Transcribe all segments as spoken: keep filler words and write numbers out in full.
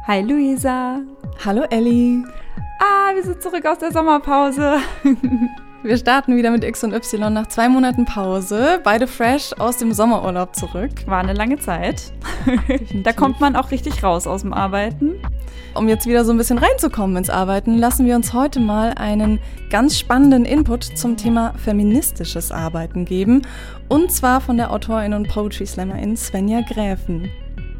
Hi Luisa. Hallo Elli. Ah, wir sind zurück aus der Sommerpause. Wir starten wieder mit X und Y nach zwei Monaten Pause. Beide fresh aus dem Sommerurlaub zurück. War eine lange Zeit. Da kommt man auch richtig raus aus dem Arbeiten. Um jetzt wieder so ein bisschen reinzukommen ins Arbeiten, lassen wir uns heute mal einen ganz spannenden Input zum Thema feministisches Arbeiten geben. Und zwar von der Autorin und Poetry Slammerin Svenja Gräfen.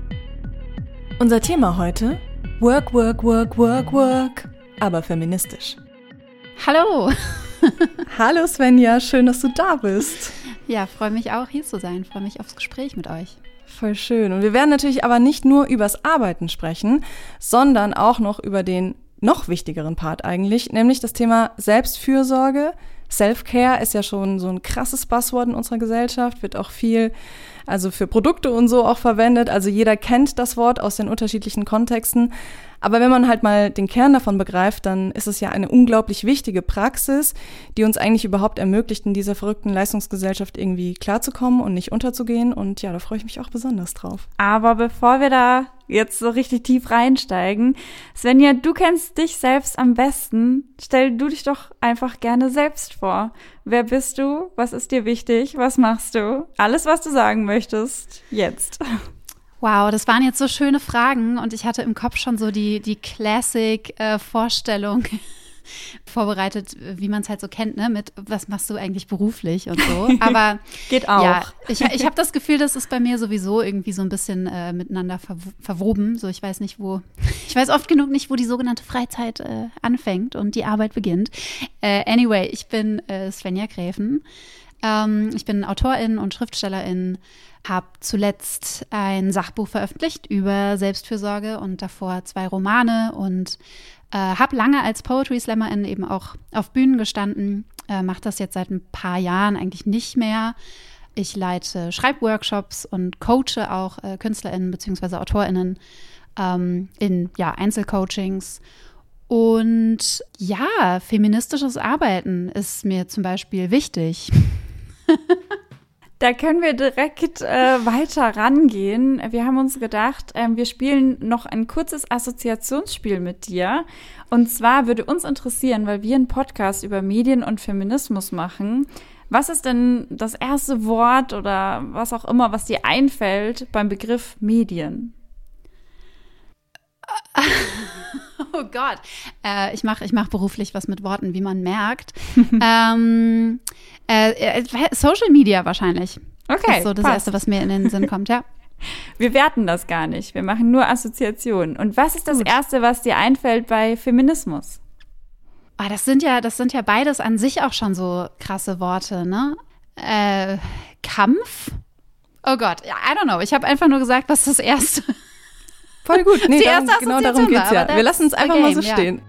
Unser Thema heute: Work, Work, Work, Work, Work, aber feministisch. Hallo! Hallo Svenja, schön, dass du da bist. Ja, freue mich auch, hier zu sein. Freue mich aufs Gespräch mit euch. Voll schön. Und wir werden natürlich aber nicht nur übers Arbeiten sprechen, sondern auch noch über den noch wichtigeren Part eigentlich, nämlich das Thema Selbstfürsorge. Self-Care ist ja schon so ein krasses Buzzword in unserer Gesellschaft, wird auch viel, also für Produkte und so auch verwendet. Also jeder kennt das Wort aus den unterschiedlichen Kontexten. Aber wenn man halt mal den Kern davon begreift, dann ist es ja eine unglaublich wichtige Praxis, die uns eigentlich überhaupt ermöglicht, in dieser verrückten Leistungsgesellschaft irgendwie klarzukommen und nicht unterzugehen. Und ja, da freue ich mich auch besonders drauf. Aber bevor wir da jetzt so richtig tief reinsteigen, Svenja, du kennst dich selbst am besten. Stell du dich doch einfach gerne selbst vor. Wer bist du? Was ist dir wichtig? Was machst du? Alles, was du sagen möchtest, jetzt. Wow, das waren jetzt so schöne Fragen und ich hatte im Kopf schon so die, die Classic-Vorstellung äh, vorbereitet, wie man es halt so kennt, ne, mit was machst du eigentlich beruflich und so. Aber geht auch. Ja, ich, ich habe das Gefühl, das ist bei mir sowieso irgendwie so ein bisschen äh, miteinander verw- verwoben. So, ich weiß nicht, wo, ich weiß oft genug nicht, wo die sogenannte Freizeit äh, anfängt und die Arbeit beginnt. Äh, anyway, ich bin äh, Svenja Gräfen. Ähm, ich bin Autorin und Schriftstellerin. Habe zuletzt ein Sachbuch veröffentlicht über Selbstfürsorge und davor zwei Romane und äh, habe lange als Poetry Slammerin eben auch auf Bühnen gestanden, äh, mache das jetzt seit ein paar Jahren eigentlich nicht mehr. Ich leite Schreibworkshops und coache auch äh, KünstlerInnen bzw. AutorInnen ähm, in ja, Einzelcoachings. Und ja, feministisches Arbeiten ist mir zum Beispiel wichtig. Da können wir direkt äh, weiter rangehen. Wir haben uns gedacht, äh, wir spielen noch ein kurzes Assoziationsspiel mit dir. Und zwar würde uns interessieren, weil wir einen Podcast über Medien und Feminismus machen. Was ist denn das erste Wort oder was auch immer, was dir einfällt beim Begriff Medien? Oh Gott. Äh, ich mache ich mach beruflich was mit Worten, wie man merkt. ähm, äh, Social Media wahrscheinlich. Okay, das ist so das passt. Erste, was mir in den Sinn kommt, ja. Wir werten das gar nicht. Wir machen nur Assoziationen. Und was ist das Gut. Erste, was dir einfällt bei Feminismus? Oh, das sind ja, das sind ja beides an sich auch schon so krasse Worte, ne? Äh, Kampf? Oh Gott, I don't know. Ich habe einfach nur gesagt, was das Erste Voll gut. Nee, Die darum, erste genau darum Assoziation geht's war, ja. aber Wir lassen es that's einfach the mal so game, ja. stehen.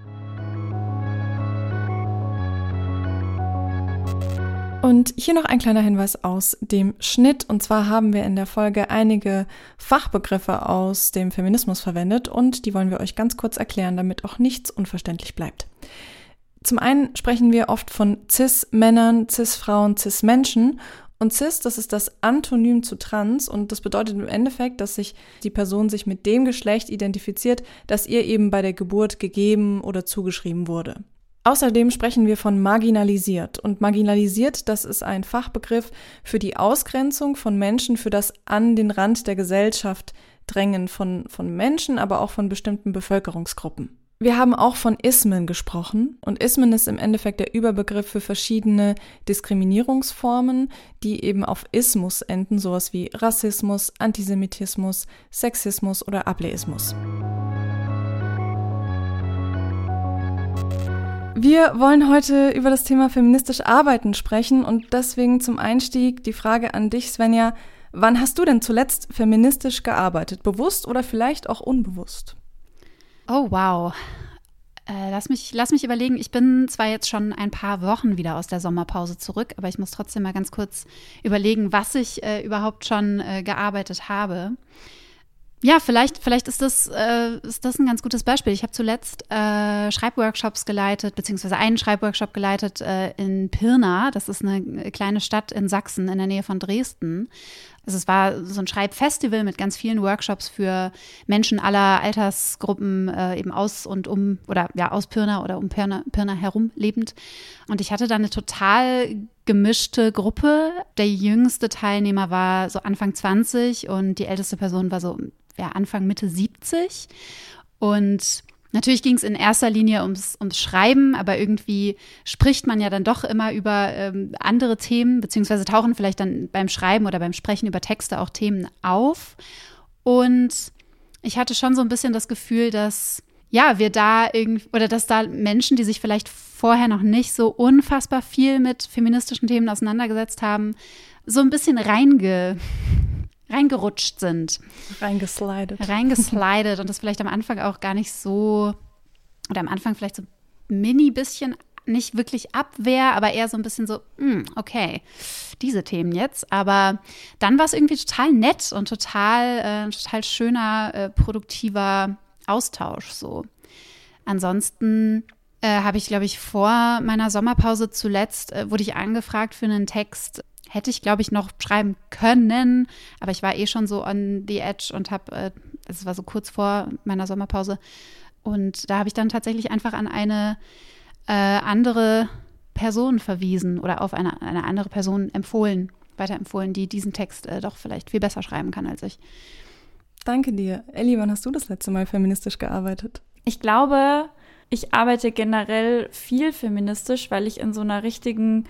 Und hier noch ein kleiner Hinweis aus dem Schnitt. Und zwar haben wir in der Folge einige Fachbegriffe aus dem Feminismus verwendet und die wollen wir euch ganz kurz erklären, damit auch nichts unverständlich bleibt. Zum einen sprechen wir oft von Cis-Männern, Cis-Frauen, Cis-Menschen. Und Cis, das ist das Antonym zu Trans und das bedeutet im Endeffekt, dass sich die Person sich mit dem Geschlecht identifiziert, das ihr eben bei der Geburt gegeben oder zugeschrieben wurde. Außerdem sprechen wir von marginalisiert. Und marginalisiert, das ist ein Fachbegriff für die Ausgrenzung von Menschen, für das an den Rand der Gesellschaft drängen von, von Menschen, aber auch von bestimmten Bevölkerungsgruppen. Wir haben auch von Ismen gesprochen und Ismen ist im Endeffekt der Überbegriff für verschiedene Diskriminierungsformen, die eben auf Ismus enden, sowas wie Rassismus, Antisemitismus, Sexismus oder Ableismus. Wir wollen heute über das Thema feministisch Arbeiten sprechen und deswegen zum Einstieg die Frage an dich, Svenja: Wann hast du denn zuletzt feministisch gearbeitet? Bewusst oder vielleicht auch unbewusst? Oh, wow. Äh, lass mich, lass mich überlegen. Ich bin zwar jetzt schon ein paar Wochen wieder aus der Sommerpause zurück, aber ich muss trotzdem mal ganz kurz überlegen, was ich äh, überhaupt schon äh, gearbeitet habe. Ja, vielleicht, vielleicht ist das, äh, ist das ein ganz gutes Beispiel. Ich habe zuletzt äh, Schreibworkshops geleitet, beziehungsweise einen Schreibworkshop geleitet äh, in Pirna. Das ist eine kleine Stadt in Sachsen in der Nähe von Dresden. Also es war so ein Schreibfestival mit ganz vielen Workshops für Menschen aller Altersgruppen äh, eben aus und um, oder ja, aus Pirna oder um Pirna, Pirna herum lebend. Und ich hatte da eine total gemischte Gruppe. Der jüngste Teilnehmer war so Anfang zwanzig und die älteste Person war so ja, Anfang, Mitte siebzig. Und natürlich ging es in erster Linie ums, ums Schreiben, aber irgendwie spricht man ja dann doch immer über ähm, andere Themen, beziehungsweise tauchen vielleicht dann beim Schreiben oder beim Sprechen über Texte auch Themen auf. Und ich hatte schon so ein bisschen das Gefühl, dass ja, wir da irgendwie, oder dass da Menschen, die sich vielleicht vorher noch nicht so unfassbar viel mit feministischen Themen auseinandergesetzt haben, so ein bisschen reinge reingerutscht sind. Reingeslidet. Reingeslidet und das vielleicht am Anfang auch gar nicht so, oder am Anfang vielleicht so mini bisschen, nicht wirklich Abwehr, aber eher so ein bisschen so, mh, okay, diese Themen jetzt. Aber dann war es irgendwie total nett und total, äh, total schöner, äh, produktiver Austausch so. Ansonsten äh, habe ich, glaube ich, vor meiner Sommerpause zuletzt, äh, wurde ich angefragt für einen Text. Hätte ich, glaube ich, noch schreiben können, aber ich war eh schon so on the edge und habe, äh, es war so kurz vor meiner Sommerpause und da habe ich dann tatsächlich einfach an eine äh, andere Person verwiesen oder auf eine, eine andere Person empfohlen, weiterempfohlen, die diesen Text äh, doch vielleicht viel besser schreiben kann als ich. Danke dir. Elli, wann hast du das letzte Mal feministisch gearbeitet? Ich glaube, ich arbeite generell viel feministisch, weil ich in so einer richtigen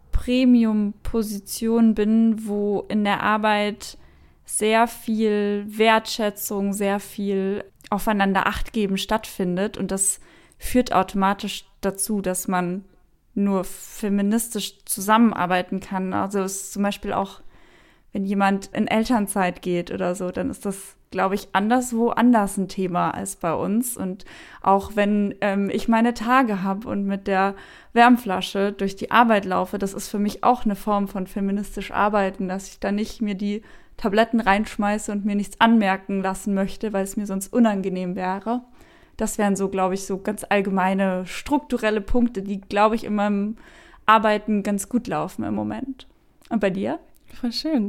Premium-Position bin, wo in der Arbeit sehr viel Wertschätzung, sehr viel aufeinander Acht geben stattfindet. Und das führt automatisch dazu, dass man nur feministisch zusammenarbeiten kann. Also es ist zum Beispiel auch, wenn jemand in Elternzeit geht oder so, dann ist das, glaube ich, anderswo anders ein Thema als bei uns. Und auch wenn ähm, ich meine Tage habe und mit der Wärmflasche durch die Arbeit laufe, das ist für mich auch eine Form von feministisch arbeiten, dass ich da nicht mir die Tabletten reinschmeiße und mir nichts anmerken lassen möchte, weil es mir sonst unangenehm wäre. Das wären so, glaube ich, so ganz allgemeine strukturelle Punkte, die, glaube ich, in meinem Arbeiten ganz gut laufen im Moment. Und bei dir? Voll schön.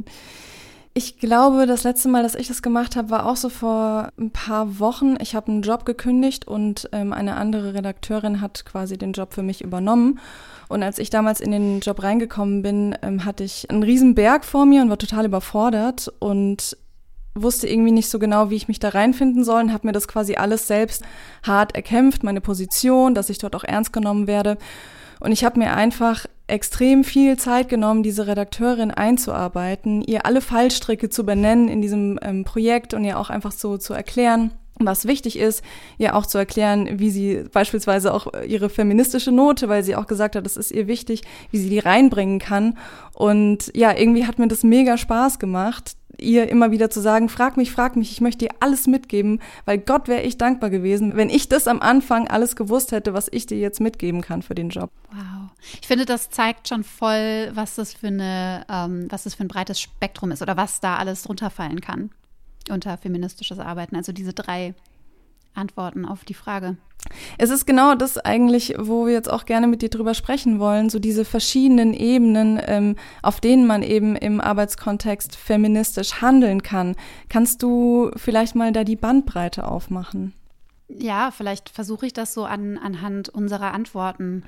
Ich glaube, das letzte Mal, dass ich das gemacht habe, war auch so vor ein paar Wochen. Ich habe einen Job gekündigt und ähm, eine andere Redakteurin hat quasi den Job für mich übernommen. Und als ich damals in den Job reingekommen bin, ähm, hatte ich einen riesen Berg vor mir und war total überfordert und wusste irgendwie nicht so genau, wie ich mich da reinfinden soll und habe mir das quasi alles selbst hart erkämpft, meine Position, dass ich dort auch ernst genommen werde. Und ich habe mir einfach extrem viel Zeit genommen, diese Redakteurin einzuarbeiten, ihr alle Fallstricke zu benennen in diesem ähm, Projekt und ihr auch einfach so zu erklären, was wichtig ist, ihr auch zu erklären, wie sie beispielsweise auch ihre feministische Note, weil sie auch gesagt hat, das ist ihr wichtig, wie sie die reinbringen kann. Und ja, irgendwie hat mir das mega Spaß gemacht, ihr immer wieder zu sagen, frag mich, frag mich, ich möchte dir alles mitgeben, weil Gott wäre ich dankbar gewesen, wenn ich das am Anfang alles gewusst hätte, was ich dir jetzt mitgeben kann für den Job. Wow. Ich finde, das zeigt schon voll, was das für eine, ähm, was das für ein breites Spektrum ist oder was da alles drunter fallen kann unter feministisches Arbeiten. Also diese drei Antworten auf die Frage. Es ist genau das eigentlich, wo wir jetzt auch gerne mit dir drüber sprechen wollen, so diese verschiedenen Ebenen, ähm, auf denen man eben im Arbeitskontext feministisch handeln kann. Kannst du vielleicht mal da die Bandbreite aufmachen? Ja, vielleicht versuche ich das so an, anhand unserer Antworten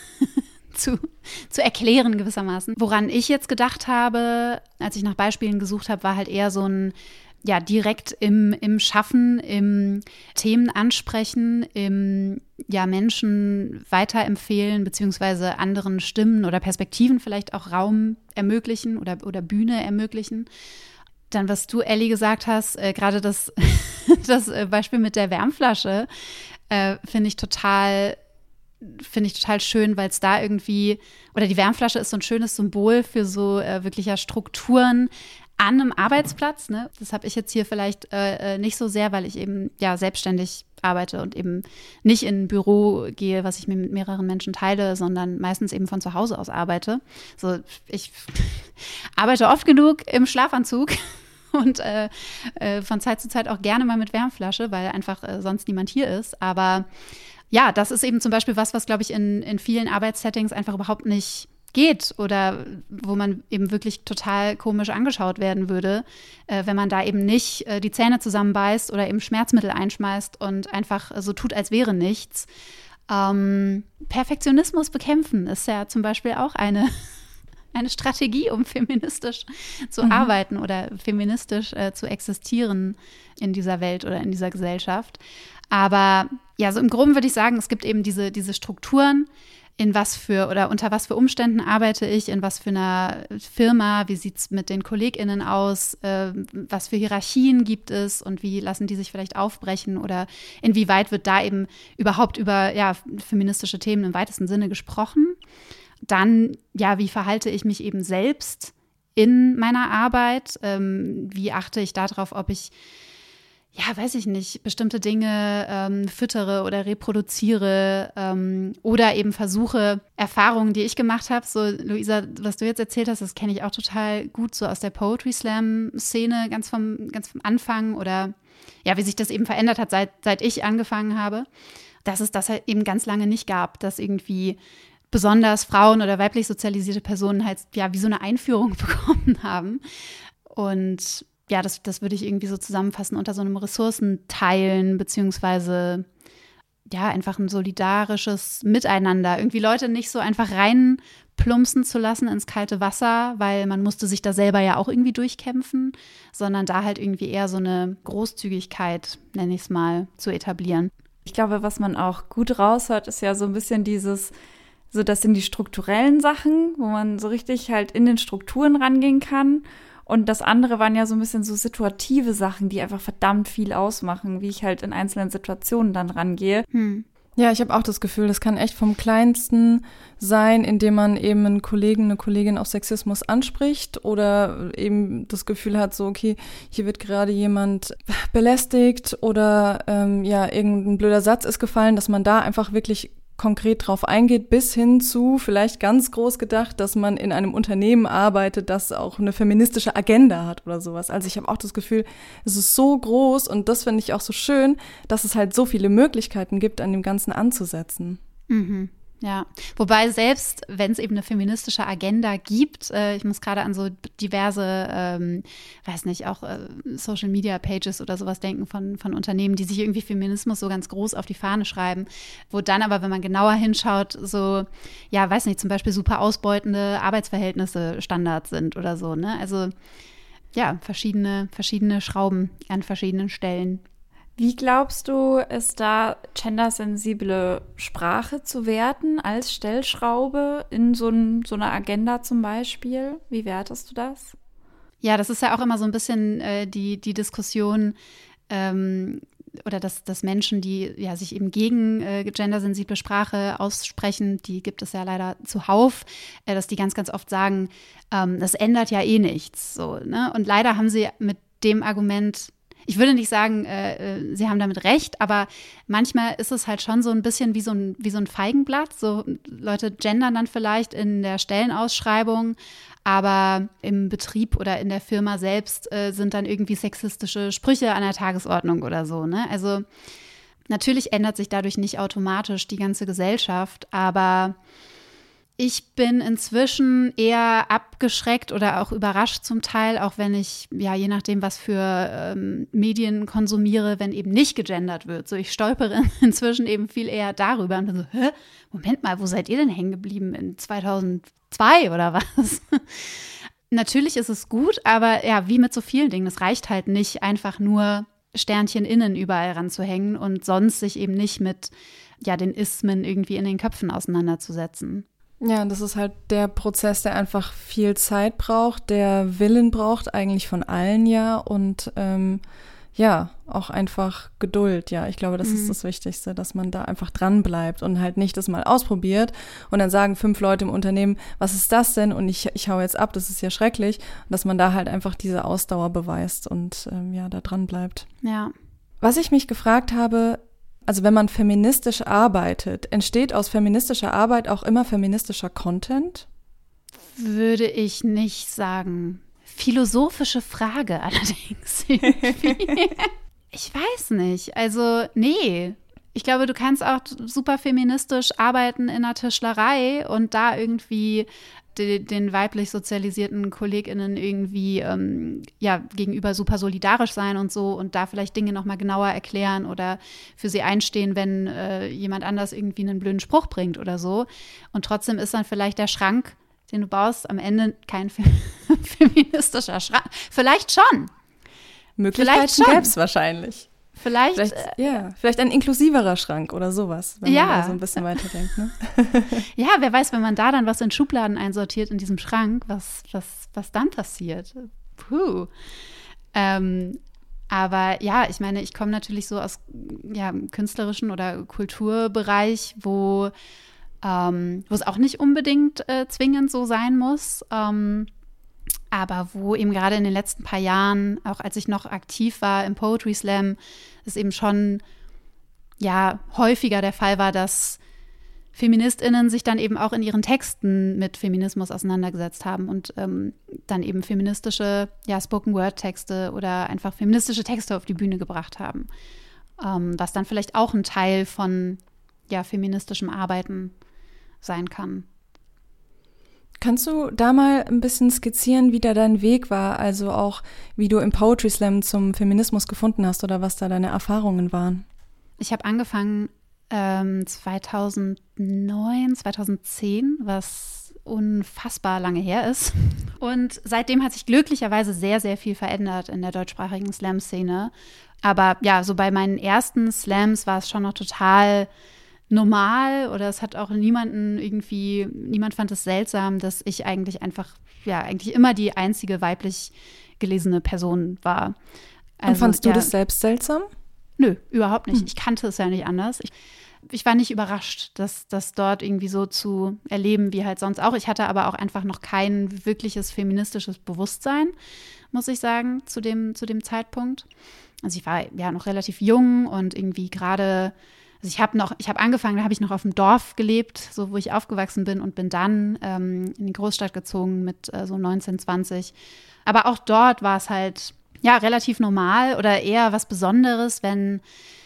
zu, zu erklären gewissermaßen. Woran ich jetzt gedacht habe, als ich nach Beispielen gesucht habe, war halt eher so ein ja, direkt im, im Schaffen, im Themen ansprechen, im ja, Menschen weiterempfehlen, beziehungsweise anderen Stimmen oder Perspektiven vielleicht auch Raum ermöglichen oder, oder Bühne ermöglichen. Dann, was du, Elli, gesagt hast, äh, gerade das, das Beispiel mit der Wärmflasche, äh, finde ich total finde ich total schön, weil es da irgendwie, oder die Wärmflasche ist so ein schönes Symbol für so äh, wirklicher Strukturen an einem Arbeitsplatz, ne? Das habe ich jetzt hier vielleicht äh, nicht so sehr, weil ich eben ja selbstständig arbeite und eben nicht in ein Büro gehe, was ich mir mit mehreren Menschen teile, sondern meistens eben von zu Hause aus arbeite. So, ich arbeite oft genug im Schlafanzug und äh, äh, von Zeit zu Zeit auch gerne mal mit Wärmflasche, weil einfach äh, sonst niemand hier ist. Aber ja, das ist eben zum Beispiel was, was, glaube ich, in, in vielen Arbeitssettings einfach überhaupt nicht geht oder wo man eben wirklich total komisch angeschaut werden würde, äh, wenn man da eben nicht äh, die Zähne zusammenbeißt oder eben Schmerzmittel einschmeißt und einfach so tut, als wäre nichts. Ähm, Perfektionismus bekämpfen ist ja zum Beispiel auch eine, eine Strategie, um feministisch zu mhm. arbeiten oder feministisch äh, zu existieren in dieser Welt oder in dieser Gesellschaft. Aber ja, so im Groben würde ich sagen, es gibt eben diese, diese Strukturen, in was für oder unter was für Umständen arbeite ich, in was für einer Firma, wie sieht es mit den KollegInnen aus, äh, was für Hierarchien gibt es und wie lassen die sich vielleicht aufbrechen oder inwieweit wird da eben überhaupt über ja, feministische Themen im weitesten Sinne gesprochen. Dann, ja, wie verhalte ich mich eben selbst in meiner Arbeit? Ähm, wie achte ich darauf, ob ich ja, weiß ich nicht, bestimmte Dinge ähm, füttere oder reproduziere ähm, oder eben versuche, Erfahrungen, die ich gemacht habe, so Luisa, was du jetzt erzählt hast, das kenne ich auch total gut, so aus der Poetry Slam-Szene ganz vom, ganz vom Anfang oder ja, wie sich das eben verändert hat, seit, seit ich angefangen habe, dass es das halt eben ganz lange nicht gab, dass irgendwie besonders Frauen oder weiblich sozialisierte Personen halt ja wie so eine Einführung bekommen haben und ja, das, das würde ich irgendwie so zusammenfassen unter so einem Ressourcenteilen, beziehungsweise ja, einfach ein solidarisches Miteinander. Irgendwie Leute nicht so einfach reinplumpsen zu lassen ins kalte Wasser, weil man musste sich da selber ja auch irgendwie durchkämpfen, sondern da halt irgendwie eher so eine Großzügigkeit, nenne ich es mal, zu etablieren. Ich glaube, was man auch gut raushört, ist ja so ein bisschen dieses, so das sind die strukturellen Sachen, wo man so richtig halt in den Strukturen rangehen kann. Und das andere waren ja so ein bisschen so situative Sachen, die einfach verdammt viel ausmachen, wie ich halt in einzelnen Situationen dann rangehe. Hm. Ja, ich habe auch das Gefühl, das kann echt vom Kleinsten sein, indem man eben einen Kollegen, eine Kollegin auf Sexismus anspricht oder eben das Gefühl hat, so okay, hier wird gerade jemand belästigt oder ähm, ja, irgendein blöder Satz ist gefallen, dass man da einfach wirklich konkret drauf eingeht, bis hin zu vielleicht ganz groß gedacht, dass man in einem Unternehmen arbeitet, das auch eine feministische Agenda hat oder sowas. Also ich habe auch das Gefühl, es ist so groß und das finde ich auch so schön, dass es halt so viele Möglichkeiten gibt, an dem Ganzen anzusetzen. Mhm. Ja, wobei selbst, wenn es eben eine feministische Agenda gibt, äh, ich muss gerade an so diverse, ähm, weiß nicht, auch äh, Social-Media-Pages oder sowas denken von, von Unternehmen, die sich irgendwie Feminismus so ganz groß auf die Fahne schreiben, wo dann aber, wenn man genauer hinschaut, so, ja, weiß nicht, zum Beispiel super ausbeutende Arbeitsverhältnisse Standard sind oder so, ne? Also ja, verschiedene, verschiedene Schrauben an verschiedenen Stellen. Wie glaubst du, ist da gendersensible Sprache zu werten als Stellschraube in so, ein, so einer Agenda zum Beispiel? Wie wertest du das? Ja, das ist ja auch immer so ein bisschen äh, die, die Diskussion ähm, oder dass, dass Menschen, die ja sich eben gegen äh, gendersensible Sprache aussprechen, die gibt es ja leider zuhauf, äh, dass die ganz, ganz oft sagen, ähm, das ändert ja eh nichts. So, ne? Und leider haben sie mit dem Argument, ich würde nicht sagen, äh, sie haben damit recht, aber manchmal ist es halt schon so ein bisschen wie so ein, wie so ein Feigenblatt. So Leute gendern dann vielleicht in der Stellenausschreibung, aber im Betrieb oder in der Firma selbst äh, sind dann irgendwie sexistische Sprüche an der Tagesordnung oder so, ne? Also natürlich ändert sich dadurch nicht automatisch die ganze Gesellschaft, aber ich bin inzwischen eher abgeschreckt oder auch überrascht zum Teil, auch wenn ich, ja, je nachdem, was für ähm, Medien konsumiere, wenn eben nicht gegendert wird. So, ich stolpere inzwischen eben viel eher darüber und bin so, hä, Moment mal, wo seid ihr denn hängen geblieben? In zweitausendzwei oder was? Natürlich ist es gut, aber ja, wie mit so vielen Dingen, es reicht halt nicht, einfach nur Sternchen innen überall ranzuhängen und sonst sich eben nicht mit, ja, den Ismen irgendwie in den Köpfen auseinanderzusetzen. Ja, das ist halt der Prozess, der einfach viel Zeit braucht, der Willen braucht eigentlich von allen, ja, und ähm, ja, auch einfach Geduld, ja. Ich glaube, das mhm. ist das Wichtigste, dass man da einfach dran bleibt und halt nicht das mal ausprobiert und dann sagen fünf Leute im Unternehmen, was ist das denn? Und ich, ich hau jetzt ab, das ist ja schrecklich. Und dass man da halt einfach diese Ausdauer beweist und ähm, ja, da dran bleibt. Ja. Was ich mich gefragt habe, also wenn man feministisch arbeitet, entsteht aus feministischer Arbeit auch immer feministischer Content? Würde ich nicht sagen. Philosophische Frage allerdings. Ich weiß nicht. Also, nee. Ich glaube, du kannst auch super feministisch arbeiten in einer Tischlerei und da irgendwie de, den weiblich sozialisierten KollegInnen irgendwie ähm, ja, gegenüber super solidarisch sein und so und da vielleicht Dinge nochmal genauer erklären oder für sie einstehen, wenn äh, jemand anders irgendwie einen blöden Spruch bringt oder so. Und trotzdem ist dann vielleicht der Schrank, den du baust, am Ende kein feministischer Schrank. Vielleicht schon. Möglichkeiten gäbe es wahrscheinlich. Vielleicht, vielleicht, äh, ja, vielleicht ein inklusiverer Schrank oder sowas, wenn ja. man da so ein bisschen weiterdenkt. Ne? Ja, wer weiß, wenn man da dann was in Schubladen einsortiert in diesem Schrank, was, was, was dann passiert. Puh. Ähm, aber ja, ich meine, ich komme natürlich so aus ja, künstlerischen oder Kulturbereich, wo, ähm, wo es auch nicht unbedingt äh, zwingend so sein muss. Ähm, aber wo eben gerade in den letzten paar Jahren, auch als ich noch aktiv war im Poetry Slam, es eben schon ja häufiger der Fall war, dass FeministInnen sich dann eben auch in ihren Texten mit Feminismus auseinandergesetzt haben und ähm, dann eben feministische ja, Spoken-Word-Texte oder einfach feministische Texte auf die Bühne gebracht haben. Ähm, was dann vielleicht auch ein Teil von ja, feministischem Arbeiten sein kann. Kannst du da mal ein bisschen skizzieren, wie da dein Weg war, also auch wie du im Poetry Slam zum Feminismus gefunden hast oder was da deine Erfahrungen waren? Ich habe angefangen ähm, zweitausendneun, zweitausendzehn, was unfassbar lange her ist. Und seitdem hat sich glücklicherweise sehr, sehr viel verändert in der deutschsprachigen Slam-Szene. Aber ja, so bei meinen ersten Slams war es schon noch total normal oder es hat auch niemanden irgendwie, niemand fand es seltsam, dass ich eigentlich einfach, ja, eigentlich immer die einzige weiblich gelesene Person war. Also, und fandst du ja, das selbst seltsam? Nö, überhaupt nicht. Hm. Ich kannte es ja nicht anders. Ich, ich war nicht überrascht, dass das dort irgendwie so zu erleben wie halt sonst auch. Ich hatte aber auch einfach noch kein wirkliches feministisches Bewusstsein, muss ich sagen, zu dem, zu dem Zeitpunkt. Also ich war ja noch relativ jung und irgendwie gerade Also ich habe noch, ich habe angefangen, da habe ich noch auf dem Dorf gelebt, so wo ich aufgewachsen bin und bin dann ähm, in die Großstadt gezogen mit äh, so neunzehn, zwanzig. Aber auch dort war es halt ja relativ normal oder eher was Besonderes, wenn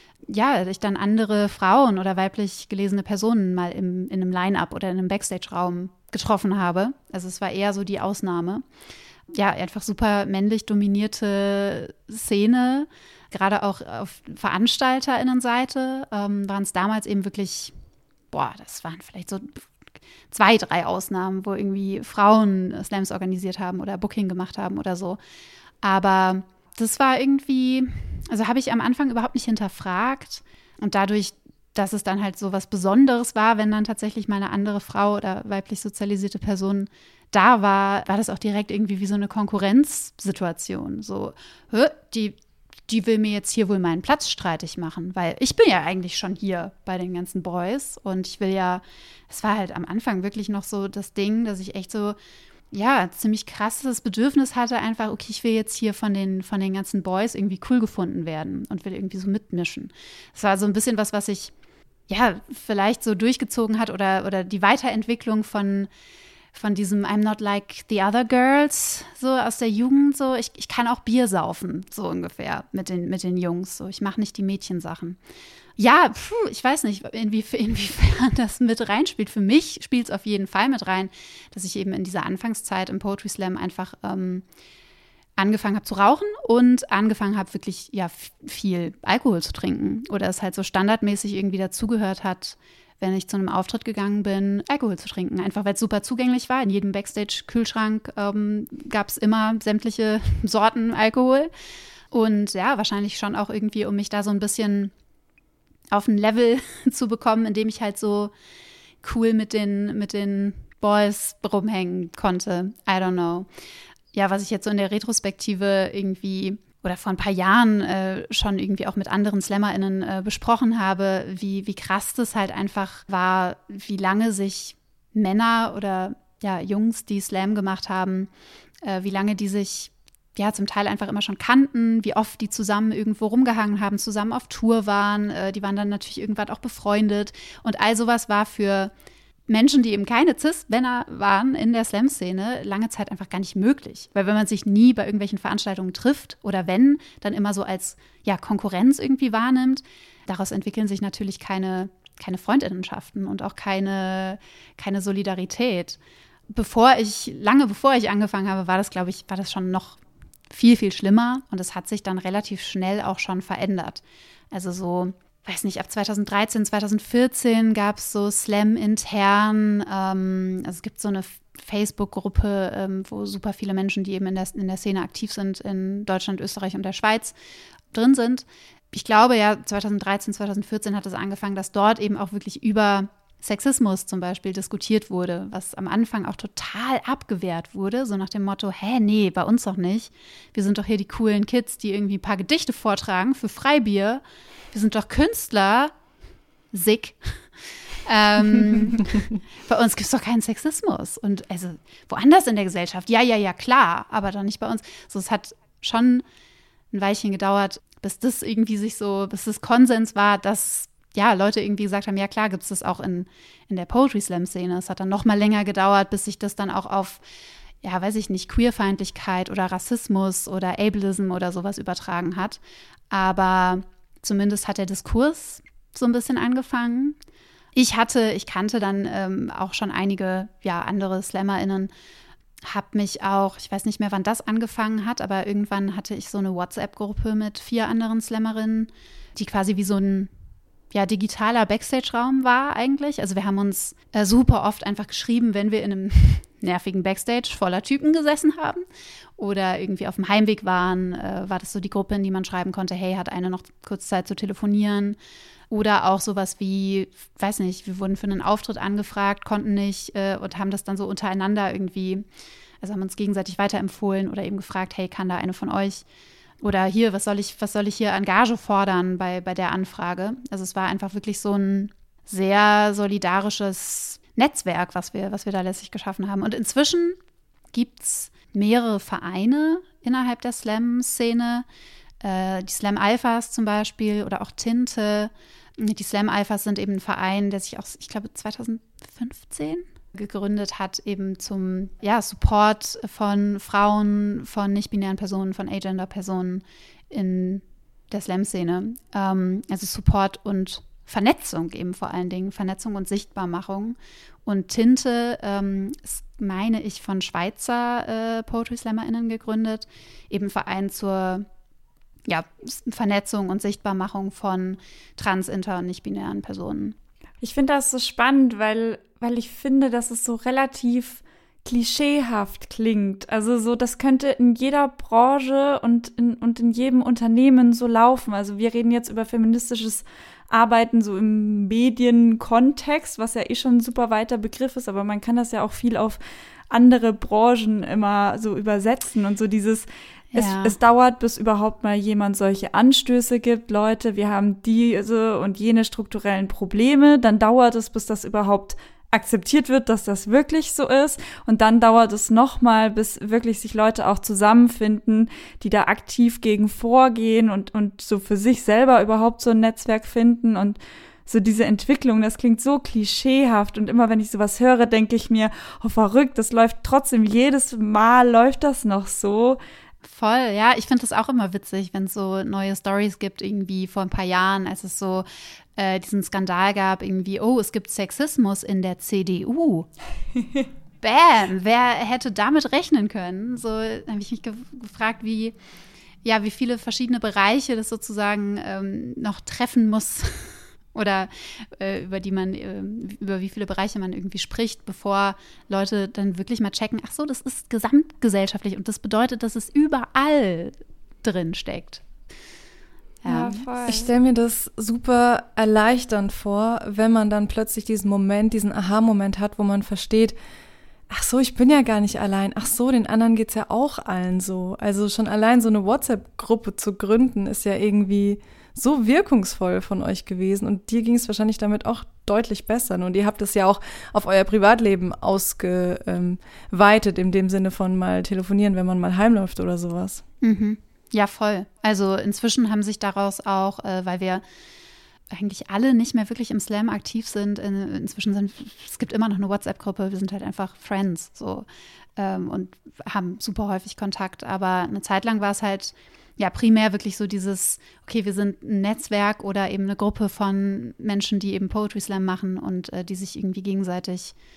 ja ich dann andere Frauen oder weiblich gelesene Personen mal im, in einem Line-Up oder in einem Backstage-Raum getroffen habe. Also es war eher so die Ausnahme. Ja, einfach super männlich dominierte Szene. Gerade auch auf VeranstalterInnenseite ähm, waren es damals eben wirklich, boah, das waren vielleicht so zwei, drei Ausnahmen, wo irgendwie Frauen Slams organisiert haben oder Booking gemacht haben oder so. Aber das war irgendwie, also habe ich am Anfang überhaupt nicht hinterfragt. Und dadurch, dass es dann halt so was Besonderes war, wenn dann tatsächlich mal eine andere Frau oder weiblich sozialisierte Person da war, war das auch direkt irgendwie wie so eine Konkurrenzsituation. So, die die will mir jetzt hier wohl meinen Platz streitig machen, weil ich bin ja eigentlich schon hier bei den ganzen Boys und ich will ja, es war halt am Anfang wirklich noch so das Ding, dass ich echt so, ja, ziemlich krasses Bedürfnis hatte, einfach, okay, ich will jetzt hier von den, von den ganzen Boys irgendwie cool gefunden werden und will irgendwie so mitmischen. Das war so ein bisschen was, was ich, ja, vielleicht so durchgezogen hat oder, oder die Weiterentwicklung von von diesem I'm not like the other girls, so aus der Jugend, so ich, ich kann auch Bier saufen, so ungefähr mit den, mit den Jungs, so ich mache nicht die Mädchensachen. Ja, pfuh, ich weiß nicht, inwie, inwiefern das mit reinspielt. Für mich spielt es auf jeden Fall mit rein, dass ich eben in dieser Anfangszeit im Poetry Slam einfach ähm, angefangen habe zu rauchen und angefangen habe, wirklich ja f- viel Alkohol zu trinken oder es halt so standardmäßig irgendwie dazugehört hat, wenn ich zu einem Auftritt gegangen bin, Alkohol zu trinken. Einfach, weil es super zugänglich war. In jedem Backstage-Kühlschrank ähm, gab es immer sämtliche Sorten Alkohol. Und ja, wahrscheinlich schon auch irgendwie, um mich da so ein bisschen auf ein Level zu bekommen, in dem ich halt so cool mit den, mit den Boys rumhängen konnte. I don't know. Ja, was ich jetzt so in der Retrospektive irgendwie oder vor ein paar Jahren äh, schon irgendwie auch mit anderen SlammerInnen äh, besprochen habe, wie, wie krass das halt einfach war, wie lange sich Männer oder ja, Jungs, die Slam gemacht haben, äh, wie lange die sich ja zum Teil einfach immer schon kannten, wie oft die zusammen irgendwo rumgehangen haben, zusammen auf Tour waren, äh, die waren dann natürlich irgendwann auch befreundet und all sowas war für Menschen, die eben keine Cis-Männer waren in der Slam-Szene, lange Zeit einfach gar nicht möglich. Weil wenn man sich nie bei irgendwelchen Veranstaltungen trifft oder wenn, dann immer so als ja, Konkurrenz irgendwie wahrnimmt, daraus entwickeln sich natürlich keine, keine Freundinnenschaften und auch keine, keine Solidarität. bevor ich, lange bevor ich angefangen habe, war das, glaube ich, war das schon noch viel, viel schlimmer. Und es hat sich dann relativ schnell auch schon verändert. Also so, weiß nicht, ab zweitausenddreizehn, zweitausendvierzehn gab es so Slam intern. Ähm, also es gibt so eine Facebook-Gruppe, ähm, wo super viele Menschen, die eben in der, in der Szene aktiv sind, in Deutschland, Österreich und der Schweiz drin sind. Ich glaube ja, zweitausenddreizehn, zweitausendvierzehn hat es angefangen, dass dort eben auch wirklich über Sexismus zum Beispiel diskutiert wurde, was am Anfang auch total abgewehrt wurde, so nach dem Motto, hä, nee, bei uns doch nicht. Wir sind doch hier die coolen Kids, die irgendwie ein paar Gedichte vortragen für Freibier. Wir sind doch Künstler. Sick. ähm, bei uns gibt es doch keinen Sexismus. Und also woanders in der Gesellschaft, ja, ja, ja, klar, aber doch nicht bei uns. So, es hat schon ein Weilchen gedauert, bis das irgendwie sich so, bis das Konsens war, dass ja, Leute irgendwie gesagt haben, ja klar, gibt es das auch in, in der Poetry-Slam-Szene. Es hat dann noch mal länger gedauert, bis sich das dann auch auf, ja, weiß ich nicht, Queerfeindlichkeit oder Rassismus oder Ableism oder sowas übertragen hat. Aber zumindest hat der Diskurs so ein bisschen angefangen. Ich hatte, ich kannte dann ähm, auch schon einige, ja, andere SlammerInnen, habe mich auch, ich weiß nicht mehr, wann das angefangen hat, aber irgendwann hatte ich so eine WhatsApp-Gruppe mit vier anderen Slammerinnen, die quasi wie so ein ja, digitaler Backstage-Raum war eigentlich. Also wir haben uns äh, super oft einfach geschrieben, wenn wir in einem nervigen Backstage voller Typen gesessen haben oder irgendwie auf dem Heimweg waren, äh, war das so die Gruppe, in die man schreiben konnte, hey, hat eine noch kurz Zeit zu telefonieren? Oder auch sowas wie, weiß nicht, wir wurden für einen Auftritt angefragt, konnten nicht äh, und haben das dann so untereinander irgendwie, also haben uns gegenseitig weiterempfohlen oder eben gefragt, hey, kann da eine von euch? Oder hier, was soll ich, was soll ich hier an Gage fordern bei, bei der Anfrage? Also es war einfach wirklich so ein sehr solidarisches Netzwerk, was wir, was wir da letztlich geschaffen haben. Und inzwischen gibt es mehrere Vereine innerhalb der Slam-Szene. Äh, die Slam Alphas zum Beispiel oder auch Tinte. Die Slam Alphas sind eben ein Verein, der sich auch, ich glaube, zweitausendfünfzehn gegründet hat, eben zum ja, Support von Frauen, von nicht-binären Personen, von Agender-Personen in der Slam-Szene. Ähm, also Support und Vernetzung eben vor allen Dingen, Vernetzung und Sichtbarmachung. Und Tinte ähm, ist, meine ich, von Schweizer äh, Poetry-SlammerInnen gegründet, eben Verein zur ja, Vernetzung und Sichtbarmachung von trans-, inter- und nicht-binären Personen. Ich finde das so spannend, weil, weil ich finde, dass es so relativ klischeehaft klingt. Also so, das könnte in jeder Branche und in, und in jedem Unternehmen so laufen. Also wir reden jetzt über feministisches Arbeiten so im Medienkontext, was ja eh schon ein super weiter Begriff ist, aber man kann das ja auch viel auf andere Branchen immer so übersetzen und so dieses Es, ja. es dauert, bis überhaupt mal jemand solche Anstöße gibt. Leute, wir haben diese und jene strukturellen Probleme. Dann dauert es, bis das überhaupt akzeptiert wird, dass das wirklich so ist. Und dann dauert es nochmal, bis wirklich sich Leute auch zusammenfinden, die da aktiv gegen vorgehen und, und so für sich selber überhaupt so ein Netzwerk finden. Und so diese Entwicklung, das klingt so klischeehaft. Und immer wenn ich sowas höre, denke ich mir, oh verrückt, das läuft trotzdem, jedes Mal läuft das noch so. Voll, ja, ich finde das auch immer witzig, wenn es so neue Stories gibt, irgendwie vor ein paar Jahren, als es so äh, diesen Skandal gab, irgendwie, oh, es gibt Sexismus in der C D U. Bam, wer hätte damit rechnen können? So habe ich mich ge- gefragt, wie, ja, wie viele verschiedene Bereiche das sozusagen ähm, noch treffen muss. Oder äh, über die man, äh, über wie viele Bereiche man irgendwie spricht, bevor Leute dann wirklich mal checken, ach so, das ist gesamtgesellschaftlich und das bedeutet, dass es überall drin steckt. Ja, voll. Ich stelle mir das super erleichternd vor, wenn man dann plötzlich diesen Moment, diesen Aha-Moment hat, wo man versteht, ach so, ich bin ja gar nicht allein. Ach so, den anderen geht's ja auch allen so. Also schon allein so eine WhatsApp-Gruppe zu gründen, ist ja irgendwie so wirkungsvoll von euch gewesen. Und dir ging es wahrscheinlich damit auch deutlich besser. Und ihr habt es ja auch auf euer Privatleben ausgeweitet, in dem Sinne von mal telefonieren, wenn man mal heimläuft oder sowas. Mhm. Ja, voll. Also inzwischen haben sich daraus auch, äh, weil wir eigentlich alle nicht mehr wirklich im Slam aktiv sind. In, inzwischen sind, es gibt immer noch eine WhatsApp-Gruppe, wir sind halt einfach Friends so ähm, und haben super häufig Kontakt. Aber eine Zeit lang war es halt ja primär wirklich so dieses, okay, wir sind ein Netzwerk oder eben eine Gruppe von Menschen, die eben Poetry Slam machen und äh, die sich irgendwie gegenseitig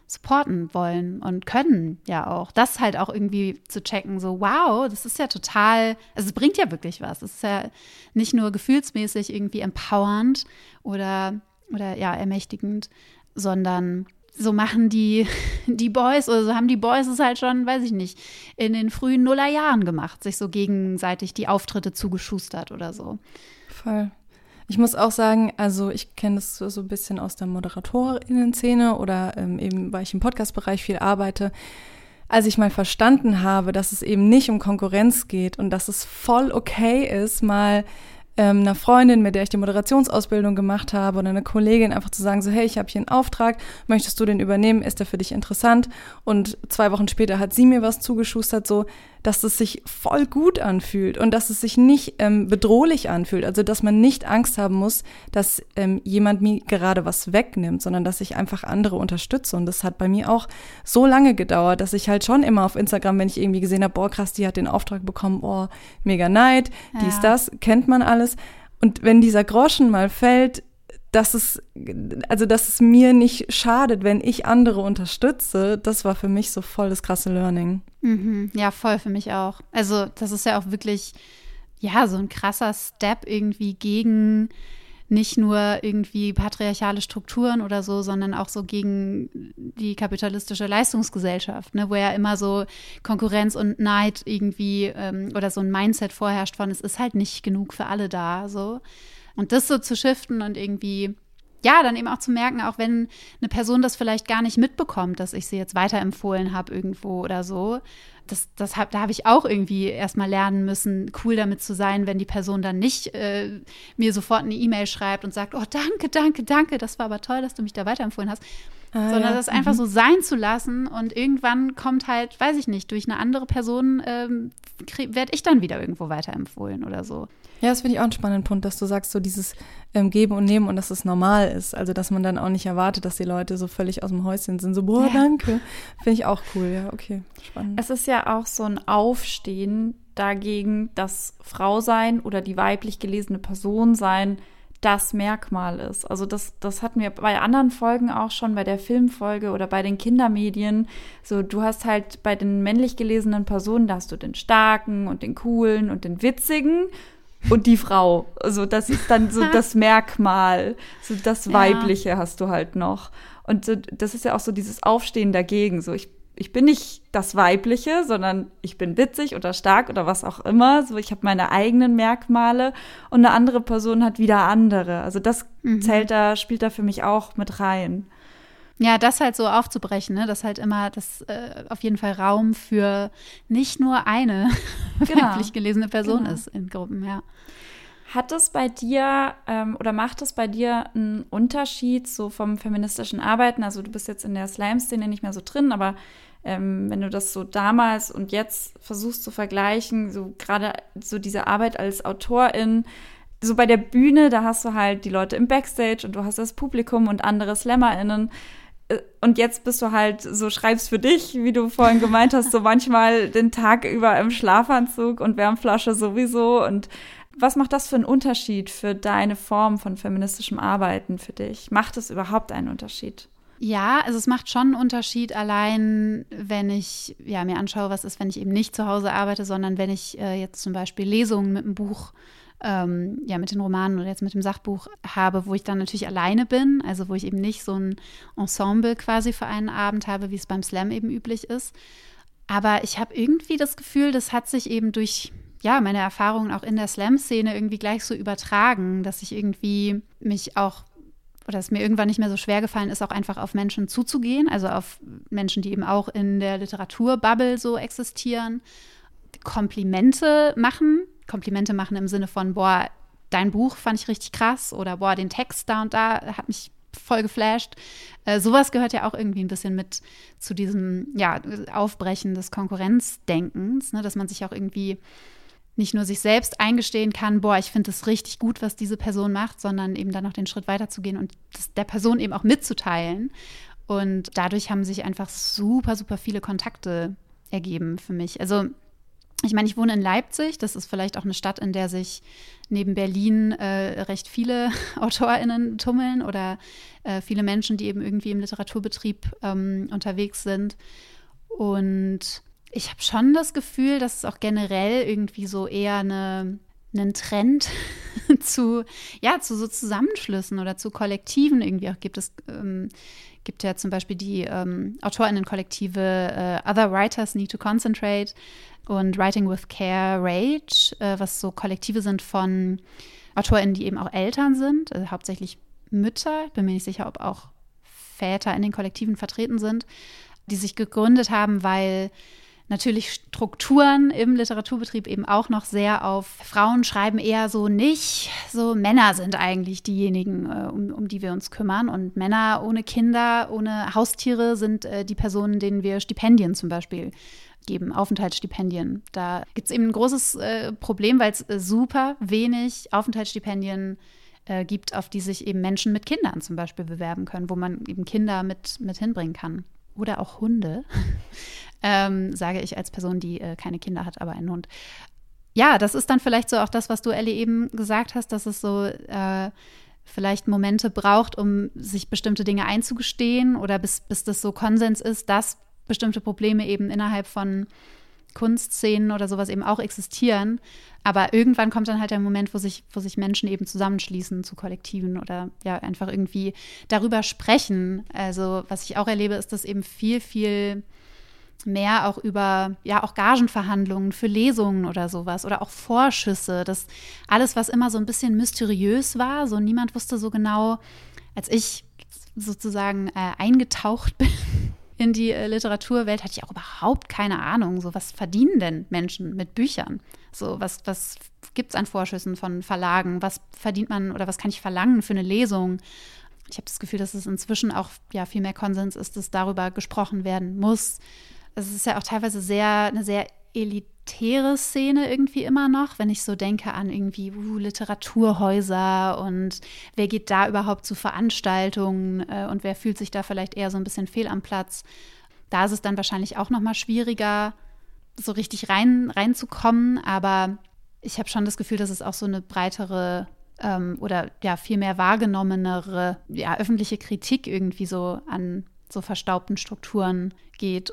supporten wollen und können ja auch. Das halt auch irgendwie zu checken, so wow, das ist ja total, also es bringt ja wirklich was. Es ist ja nicht nur gefühlsmäßig irgendwie empowernd oder, oder ja, ermächtigend, sondern so machen die, die Boys oder so haben die Boys es halt schon, weiß ich nicht, in den frühen Nullerjahren gemacht, sich so gegenseitig die Auftritte zugeschustert oder so. Voll. Ich muss auch sagen, also ich kenne das so, so ein bisschen aus der ModeratorInnen-Szene oder ähm, eben, weil ich im Podcast-Bereich viel arbeite. Als ich mal verstanden habe, dass es eben nicht um Konkurrenz geht und dass es voll okay ist, mal ähm, einer Freundin, mit der ich die Moderationsausbildung gemacht habe oder einer Kollegin einfach zu sagen, so hey, ich habe hier einen Auftrag, möchtest du den übernehmen, ist der für dich interessant? Und zwei Wochen später hat sie mir was zugeschustert, so dass es sich voll gut anfühlt und dass es sich nicht ähm, bedrohlich anfühlt. Also, dass man nicht Angst haben muss, dass ähm, jemand mir gerade was wegnimmt, sondern dass ich einfach andere unterstütze. Und das hat bei mir auch so lange gedauert, dass ich halt schon immer auf Instagram, wenn ich irgendwie gesehen habe, boah, krass, die hat den Auftrag bekommen, boah, mega Neid, Ja. dies, das, kennt man alles. Und wenn dieser Groschen mal fällt, dass es, also dass es mir nicht schadet, wenn ich andere unterstütze, das war für mich so voll das krasse Learning. Mhm. Ja, voll für mich auch. Also das ist ja auch wirklich, ja, so ein krasser Step irgendwie gegen nicht nur irgendwie patriarchale Strukturen oder so, sondern auch so gegen die kapitalistische Leistungsgesellschaft, ne, wo ja immer so Konkurrenz und Neid irgendwie ähm, oder so ein Mindset vorherrscht von, es ist halt nicht genug für alle da, so. Und das so zu shiften und irgendwie, ja, dann eben auch zu merken, auch wenn eine Person das vielleicht gar nicht mitbekommt, dass ich sie jetzt weiterempfohlen habe irgendwo oder so, das, das hab, da habe ich auch irgendwie erstmal lernen müssen, cool damit zu sein, wenn die Person dann nicht äh, mir sofort eine E-Mail schreibt und sagt, oh, danke, danke, danke, das war aber toll, dass du mich da weiterempfohlen hast. Ah, sondern ja. das einfach mhm. so sein zu lassen und irgendwann kommt halt, weiß ich nicht, durch eine andere Person ähm, werde ich dann wieder irgendwo weiterempfohlen oder so. Ja, das finde ich auch einen spannenden Punkt, dass du sagst, so dieses ähm, Geben und Nehmen und dass es normal ist. Also, dass man dann auch nicht erwartet, dass die Leute so völlig aus dem Häuschen sind, so, boah, ja. danke. Finde ich auch cool, ja, okay, spannend. Es ist ja auch so ein Aufstehen dagegen, dass Frau sein oder die weiblich gelesene Person sein das Merkmal ist. Also das, das hatten wir bei anderen Folgen auch schon, bei der Filmfolge oder bei den Kindermedien. So, du hast halt bei den männlich gelesenen Personen, da hast du den Starken und den Coolen und den Witzigen und die Frau. Also das ist dann so das Merkmal, so das Weibliche ja. hast du halt noch. Und so, das ist ja auch so dieses Aufstehen dagegen. So, ich Ich bin nicht das Weibliche, sondern ich bin witzig oder stark oder was auch immer. So, ich habe meine eigenen Merkmale und eine andere Person hat wieder andere. Also das mhm. zählt da, spielt da für mich auch mit rein. Ja, das halt so aufzubrechen, ne? Dass halt immer das äh, auf jeden Fall Raum für nicht nur eine genau. weiblich gelesene Person genau. ist in Gruppen, ja. Hat es bei dir ähm, oder macht es bei dir einen Unterschied so vom feministischen Arbeiten? Also du bist jetzt in der Slam-Szene nicht mehr so drin, aber ähm, wenn du das so damals und jetzt versuchst zu vergleichen, so gerade so diese Arbeit als Autorin, so bei der Bühne, da hast du halt die Leute im Backstage und du hast das Publikum und andere SlammerInnen. Und jetzt bist du halt so, schreibst für dich, wie du vorhin gemeint hast, so manchmal den Tag über im Schlafanzug und Wärmflasche sowieso. Und was macht das für einen Unterschied für deine Form von feministischem Arbeiten für dich? Macht es überhaupt einen Unterschied? Ja, also es macht schon einen Unterschied, allein wenn ich ja, mir anschaue, was ist, wenn ich eben nicht zu Hause arbeite, sondern wenn ich äh, jetzt zum Beispiel Lesungen mit einem Buch, ähm, ja mit den Romanen oder jetzt mit dem Sachbuch habe, wo ich dann natürlich alleine bin, also wo ich eben nicht so ein Ensemble quasi für einen Abend habe, wie es beim Slam eben üblich ist. Aber ich habe irgendwie das Gefühl, das hat sich eben durch ja, meine Erfahrungen auch in der Slam-Szene irgendwie gleich so übertragen, dass ich irgendwie mich auch, oder es mir irgendwann nicht mehr so schwer gefallen ist, auch einfach auf Menschen zuzugehen, also auf Menschen, die eben auch in der Literaturbubble so existieren, Komplimente machen, Komplimente machen im Sinne von, boah, dein Buch fand ich richtig krass oder boah, den Text da und da hat mich voll geflasht. Äh, sowas gehört ja auch irgendwie ein bisschen mit zu diesem, ja, Aufbrechen des Konkurrenzdenkens, ne, dass man sich auch irgendwie nicht nur sich selbst eingestehen kann, boah, ich finde es richtig gut, was diese Person macht, sondern eben dann noch den Schritt weiterzugehen und das der Person eben auch mitzuteilen. Und dadurch haben sich einfach super, super viele Kontakte ergeben für mich. Also Ich meine, ich wohne in Leipzig, das ist vielleicht auch eine Stadt, in der sich neben Berlin äh, recht viele AutorInnen tummeln oder äh, viele Menschen, die eben irgendwie im Literaturbetrieb ähm, unterwegs sind. Und ich habe schon das Gefühl, dass es auch generell irgendwie so eher eine, einen Trend zu, ja, zu so Zusammenschlüssen oder zu Kollektiven irgendwie auch gibt. Es ähm, gibt ja zum Beispiel die ähm, AutorInnen-Kollektive äh, Other Writers Need to Concentrate und Writing with Care Rage, äh, was so Kollektive sind von AutorInnen, die eben auch Eltern sind, also hauptsächlich Mütter. Ich bin mir nicht sicher, ob auch Väter in den Kollektiven vertreten sind, die sich gegründet haben, weil natürlich Strukturen im Literaturbetrieb eben auch noch sehr auf Frauen schreiben eher so nicht. So Männer sind eigentlich diejenigen, äh, um, um die wir uns kümmern. Und Männer ohne Kinder, ohne Haustiere sind äh, die Personen, denen wir Stipendien zum Beispiel geben, Aufenthaltsstipendien. Da gibt es eben ein großes äh, Problem, weil es äh, super wenig Aufenthaltsstipendien äh, gibt, auf die sich eben Menschen mit Kindern zum Beispiel bewerben können, wo man eben Kinder mit, mit hinbringen kann. Oder auch Hunde. Ähm, sage ich als Person, die äh, keine Kinder hat, aber einen Hund. Ja, das ist dann vielleicht so auch das, was du, Ellie, eben gesagt hast, dass es so äh, vielleicht Momente braucht, um sich bestimmte Dinge einzugestehen oder bis, bis das so Konsens ist, dass bestimmte Probleme eben innerhalb von Kunstszenen oder sowas eben auch existieren. Aber irgendwann kommt dann halt der Moment, wo sich, wo sich Menschen eben zusammenschließen zu Kollektiven oder ja einfach irgendwie darüber sprechen. Also was ich auch erlebe, ist, dass eben viel, viel mehr auch über, ja, auch Gagenverhandlungen für Lesungen oder sowas oder auch Vorschüsse, das alles, was immer so ein bisschen mysteriös war, so niemand wusste so genau, als ich sozusagen äh, eingetaucht bin in die äh, Literaturwelt, hatte ich auch überhaupt keine Ahnung, so was verdienen denn Menschen mit Büchern? So, was, was gibt es an Vorschüssen von Verlagen? Was verdient man oder was kann ich verlangen für eine Lesung? Ich habe das Gefühl, dass es inzwischen auch ja, viel mehr Konsens ist, dass darüber gesprochen werden muss. Es ist ja auch teilweise sehr, eine sehr elitäre Szene irgendwie immer noch, wenn ich so denke an irgendwie uh, Literaturhäuser und wer geht da überhaupt zu Veranstaltungen äh, und wer fühlt sich da vielleicht eher so ein bisschen fehl am Platz. Da ist es dann wahrscheinlich auch noch mal schwieriger, so richtig rein, reinzukommen, aber ich habe schon das Gefühl, dass es auch so eine breitere ähm, oder ja viel mehr wahrgenommenere ja, öffentliche Kritik irgendwie so an so verstaubten Strukturen geht.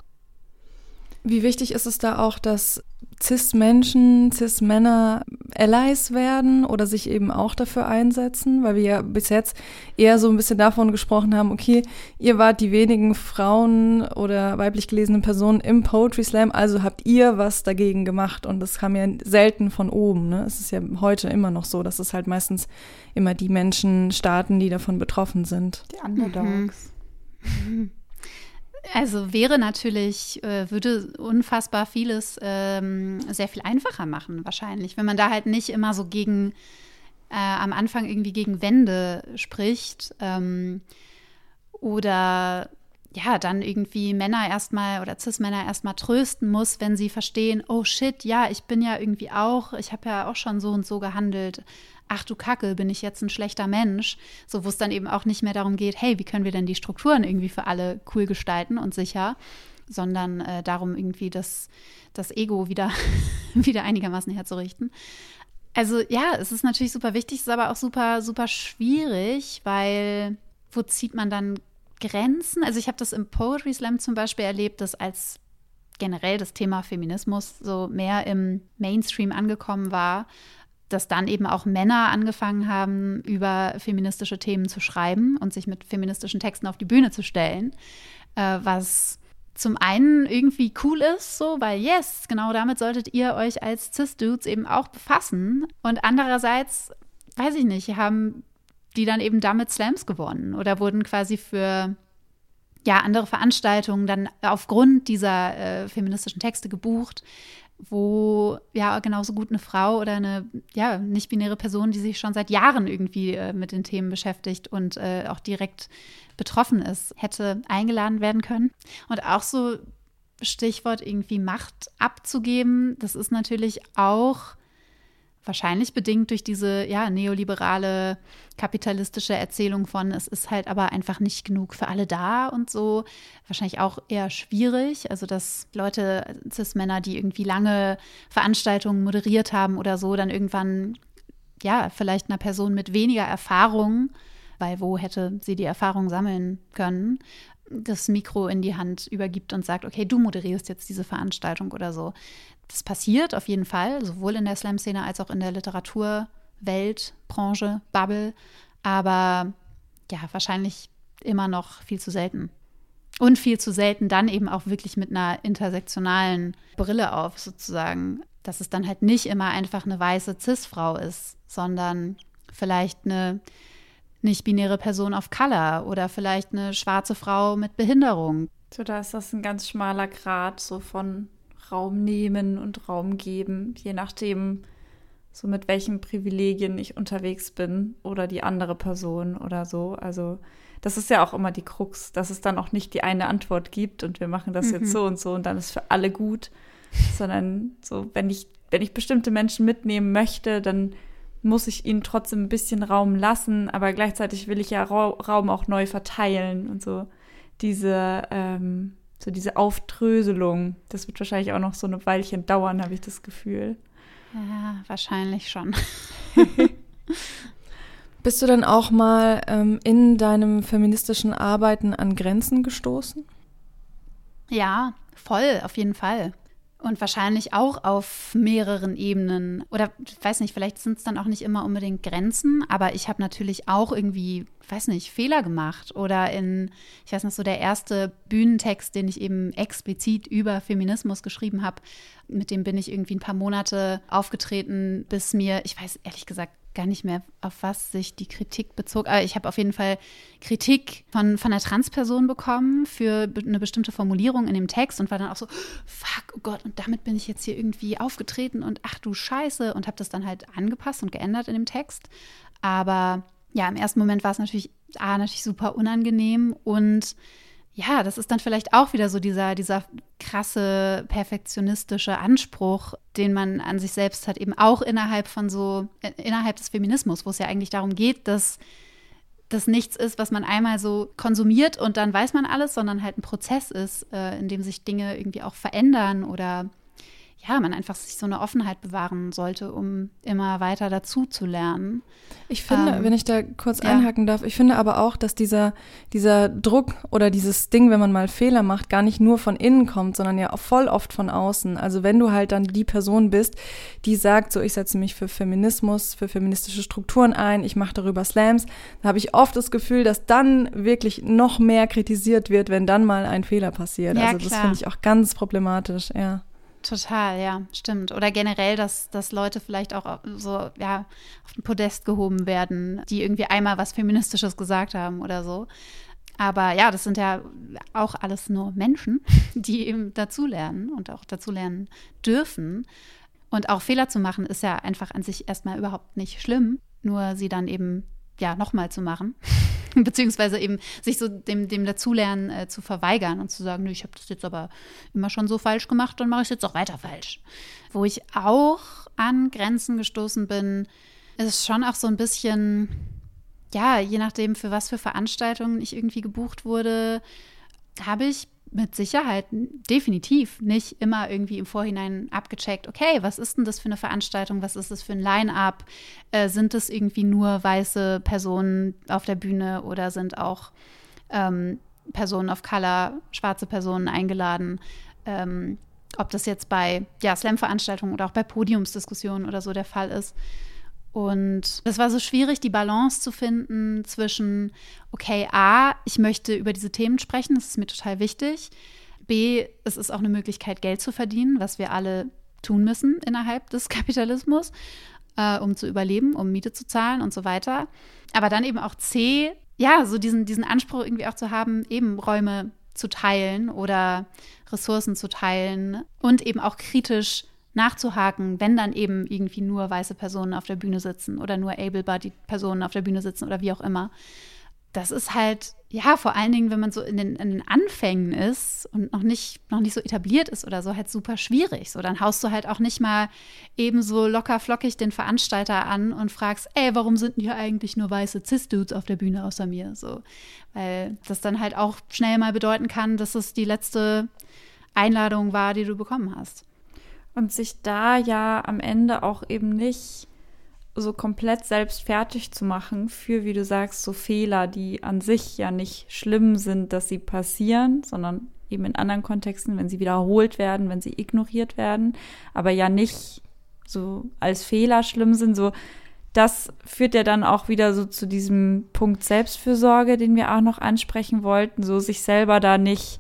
Wie wichtig ist es da auch, dass Cis-Menschen, Cis-Männer Allies werden oder sich eben auch dafür einsetzen? Weil wir ja bis jetzt eher so ein bisschen davon gesprochen haben, okay, ihr wart die wenigen Frauen oder weiblich gelesenen Personen im Poetry Slam, also habt ihr was dagegen gemacht. Und das kam ja selten von oben. Ne? Es ist ja heute immer noch so, dass es halt meistens immer die Menschen starten, die davon betroffen sind. Die Underdogs. Mhm. Also wäre natürlich, äh, würde unfassbar vieles ähm, sehr viel einfacher machen wahrscheinlich, wenn man da halt nicht immer so gegen, äh, am Anfang irgendwie gegen Wände spricht ähm, oder ja, dann irgendwie Männer erstmal oder Cis-Männer erstmal trösten muss, wenn sie verstehen, oh shit, ja, ich bin ja irgendwie auch, ich habe ja auch schon so und so gehandelt. Ach du Kacke, bin ich jetzt ein schlechter Mensch? So, wo es dann eben auch nicht mehr darum geht, hey, wie können wir denn die Strukturen irgendwie für alle cool gestalten und sicher, sondern äh, darum irgendwie das, das Ego wieder, wieder einigermaßen herzurichten. Also ja, es ist natürlich super wichtig, es ist aber auch super, super schwierig, weil wo zieht man dann Grenzen? Also ich habe das im Poetry Slam zum Beispiel erlebt, dass als generell das Thema Feminismus so mehr im Mainstream angekommen war, dass dann eben auch Männer angefangen haben, über feministische Themen zu schreiben und sich mit feministischen Texten auf die Bühne zu stellen, äh, was zum einen irgendwie cool ist, so, weil yes, genau damit solltet ihr euch als Cis-Dudes eben auch befassen. Und andererseits, weiß ich nicht, haben die dann eben damit Slams gewonnen oder wurden quasi für ja, andere Veranstaltungen dann aufgrund dieser äh, feministischen Texte gebucht, wo ja genauso gut eine Frau oder eine ja nicht-binäre Person, die sich schon seit Jahren irgendwie äh, mit den Themen beschäftigt und äh, auch direkt betroffen ist, hätte eingeladen werden können. Und auch so Stichwort irgendwie Macht abzugeben, das ist natürlich auch wahrscheinlich bedingt durch diese ja, neoliberale, kapitalistische Erzählung von, es ist halt aber einfach nicht genug für alle da und so. Wahrscheinlich auch eher schwierig. Also, dass Leute, Cis-Männer, die irgendwie lange Veranstaltungen moderiert haben oder so, dann irgendwann, ja, vielleicht einer Person mit weniger Erfahrung, weil wo hätte sie die Erfahrung sammeln können, das Mikro in die Hand übergibt und sagt, okay, du moderierst jetzt diese Veranstaltung oder so. Das passiert auf jeden Fall, sowohl in der Slam-Szene als auch in der Literaturwelt, Branche, Bubble, aber ja, wahrscheinlich immer noch viel zu selten. Und viel zu selten dann eben auch wirklich mit einer intersektionalen Brille auf, sozusagen. Dass es dann halt nicht immer einfach eine weiße Cis-Frau ist, sondern vielleicht eine nicht-binäre Person of Color oder vielleicht eine schwarze Frau mit Behinderung. So, da ist das ein ganz schmaler Grat so von Raum nehmen und Raum geben, je nachdem, so mit welchen Privilegien ich unterwegs bin oder die andere Person oder so. Also das ist ja auch immer die Krux, dass es dann auch nicht die eine Antwort gibt und wir machen das mhm. jetzt so und so und dann ist für alle gut, sondern so, wenn ich, wenn ich bestimmte Menschen mitnehmen möchte, dann muss ich ihnen trotzdem ein bisschen Raum lassen, aber gleichzeitig will ich ja Ra- Raum auch neu verteilen und so diese ähm, so diese Aufdröselung, das wird wahrscheinlich auch noch so eine Weilchen dauern, habe ich das Gefühl. Ja, wahrscheinlich schon. Bist du dann auch mal ähm, in deinem feministischen Arbeiten an Grenzen gestoßen? Ja, voll, auf jeden Fall. Und wahrscheinlich auch auf mehreren Ebenen. Oder ich weiß nicht, vielleicht sind es dann auch nicht immer unbedingt Grenzen, aber ich habe natürlich auch irgendwie, weiß nicht, Fehler gemacht. Oder in, ich weiß noch, so der erste Bühnentext, den ich eben explizit über Feminismus geschrieben habe, mit dem bin ich irgendwie ein paar Monate aufgetreten, bis mir, ich weiß ehrlich gesagt gar nicht mehr, auf was sich die Kritik bezog. Aber ich habe auf jeden Fall Kritik von, von einer Transperson bekommen für eine bestimmte Formulierung in dem Text und war dann auch so, fuck, oh Gott, und damit bin ich jetzt hier irgendwie aufgetreten und ach du Scheiße und habe das dann halt angepasst und geändert in dem Text. Aber ja, im ersten Moment war es natürlich, ah, natürlich super unangenehm und ja, das ist dann vielleicht auch wieder so dieser, dieser krasse perfektionistische Anspruch, den man an sich selbst hat, eben auch innerhalb von so, innerhalb des Feminismus, wo es ja eigentlich darum geht, dass das nichts ist, was man einmal so konsumiert und dann weiß man alles, sondern halt ein Prozess ist, äh, in dem sich Dinge irgendwie auch verändern oder ja, man einfach sich so eine Offenheit bewahren sollte, um immer weiter dazu zu lernen. Ich finde, ähm, wenn ich da kurz ja. einhaken darf, ich finde aber auch, dass dieser, dieser Druck oder dieses Ding, wenn man mal Fehler macht, gar nicht nur von innen kommt, sondern ja auch voll oft von außen. Also wenn du halt dann die Person bist, die sagt, so ich setze mich für Feminismus, für feministische Strukturen ein, ich mache darüber Slams, da habe ich oft das Gefühl, dass dann wirklich noch mehr kritisiert wird, wenn dann mal ein Fehler passiert. Ja, also das klar. finde ich auch ganz problematisch, ja. Total, ja, stimmt. Oder generell, dass, dass Leute vielleicht auch so, ja, auf den Podest gehoben werden, die irgendwie einmal was Feministisches gesagt haben oder so. Aber ja, das sind ja auch alles nur Menschen, die eben dazulernen und auch dazulernen dürfen. Und auch Fehler zu machen, ist ja einfach an sich erstmal überhaupt nicht schlimm, nur sie dann eben, ja, nochmal zu machen. Beziehungsweise eben sich so dem, dem Dazulernen äh, zu verweigern und zu sagen, nö, ich habe das jetzt aber immer schon so falsch gemacht, dann mache ich es jetzt auch weiter falsch. Wo ich auch an Grenzen gestoßen bin, ist schon auch so ein bisschen, ja, je nachdem, für was für Veranstaltungen ich irgendwie gebucht wurde, habe ich mit Sicherheit definitiv nicht immer irgendwie im Vorhinein abgecheckt, okay, was ist denn das für eine Veranstaltung, was ist das für ein Line-up, äh, sind es irgendwie nur weiße Personen auf der Bühne oder sind auch ähm, Personen of Color, schwarze Personen eingeladen, ähm, ob das jetzt bei ja, Slam-Veranstaltungen oder auch bei Podiumsdiskussionen oder so der Fall ist. Und das war so schwierig, die Balance zu finden zwischen, okay, A, ich möchte über diese Themen sprechen, das ist mir total wichtig. B, es ist auch eine Möglichkeit, Geld zu verdienen, was wir alle tun müssen innerhalb des Kapitalismus, äh, um zu überleben, um Miete zu zahlen und so weiter. Aber dann eben auch C, ja, so diesen, diesen Anspruch irgendwie auch zu haben, eben Räume zu teilen oder Ressourcen zu teilen und eben auch kritisch nachzuhaken, wenn dann eben irgendwie nur weiße Personen auf der Bühne sitzen oder nur able-bodied Personen auf der Bühne sitzen oder wie auch immer. das ist halt, ja, vor allen Dingen, wenn man so in den, in den Anfängen ist und noch nicht, noch nicht so etabliert ist oder so, halt super schwierig. So, dann haust du halt auch nicht mal eben so locker flockig den Veranstalter an und fragst, ey, warum sind denn hier eigentlich nur weiße Cis-Dudes auf der Bühne außer mir? So, weil das dann halt auch schnell mal bedeuten kann, dass es die letzte Einladung war, die du bekommen hast. Und sich da ja am Ende auch eben nicht so komplett selbst fertig zu machen für, wie du sagst, so Fehler, die an sich ja nicht schlimm sind, dass sie passieren, sondern eben in anderen Kontexten, wenn sie wiederholt werden, wenn sie ignoriert werden, aber ja nicht so als Fehler schlimm sind, so das führt ja dann auch wieder so zu diesem Punkt Selbstfürsorge, den wir auch noch ansprechen wollten, so sich selber da nicht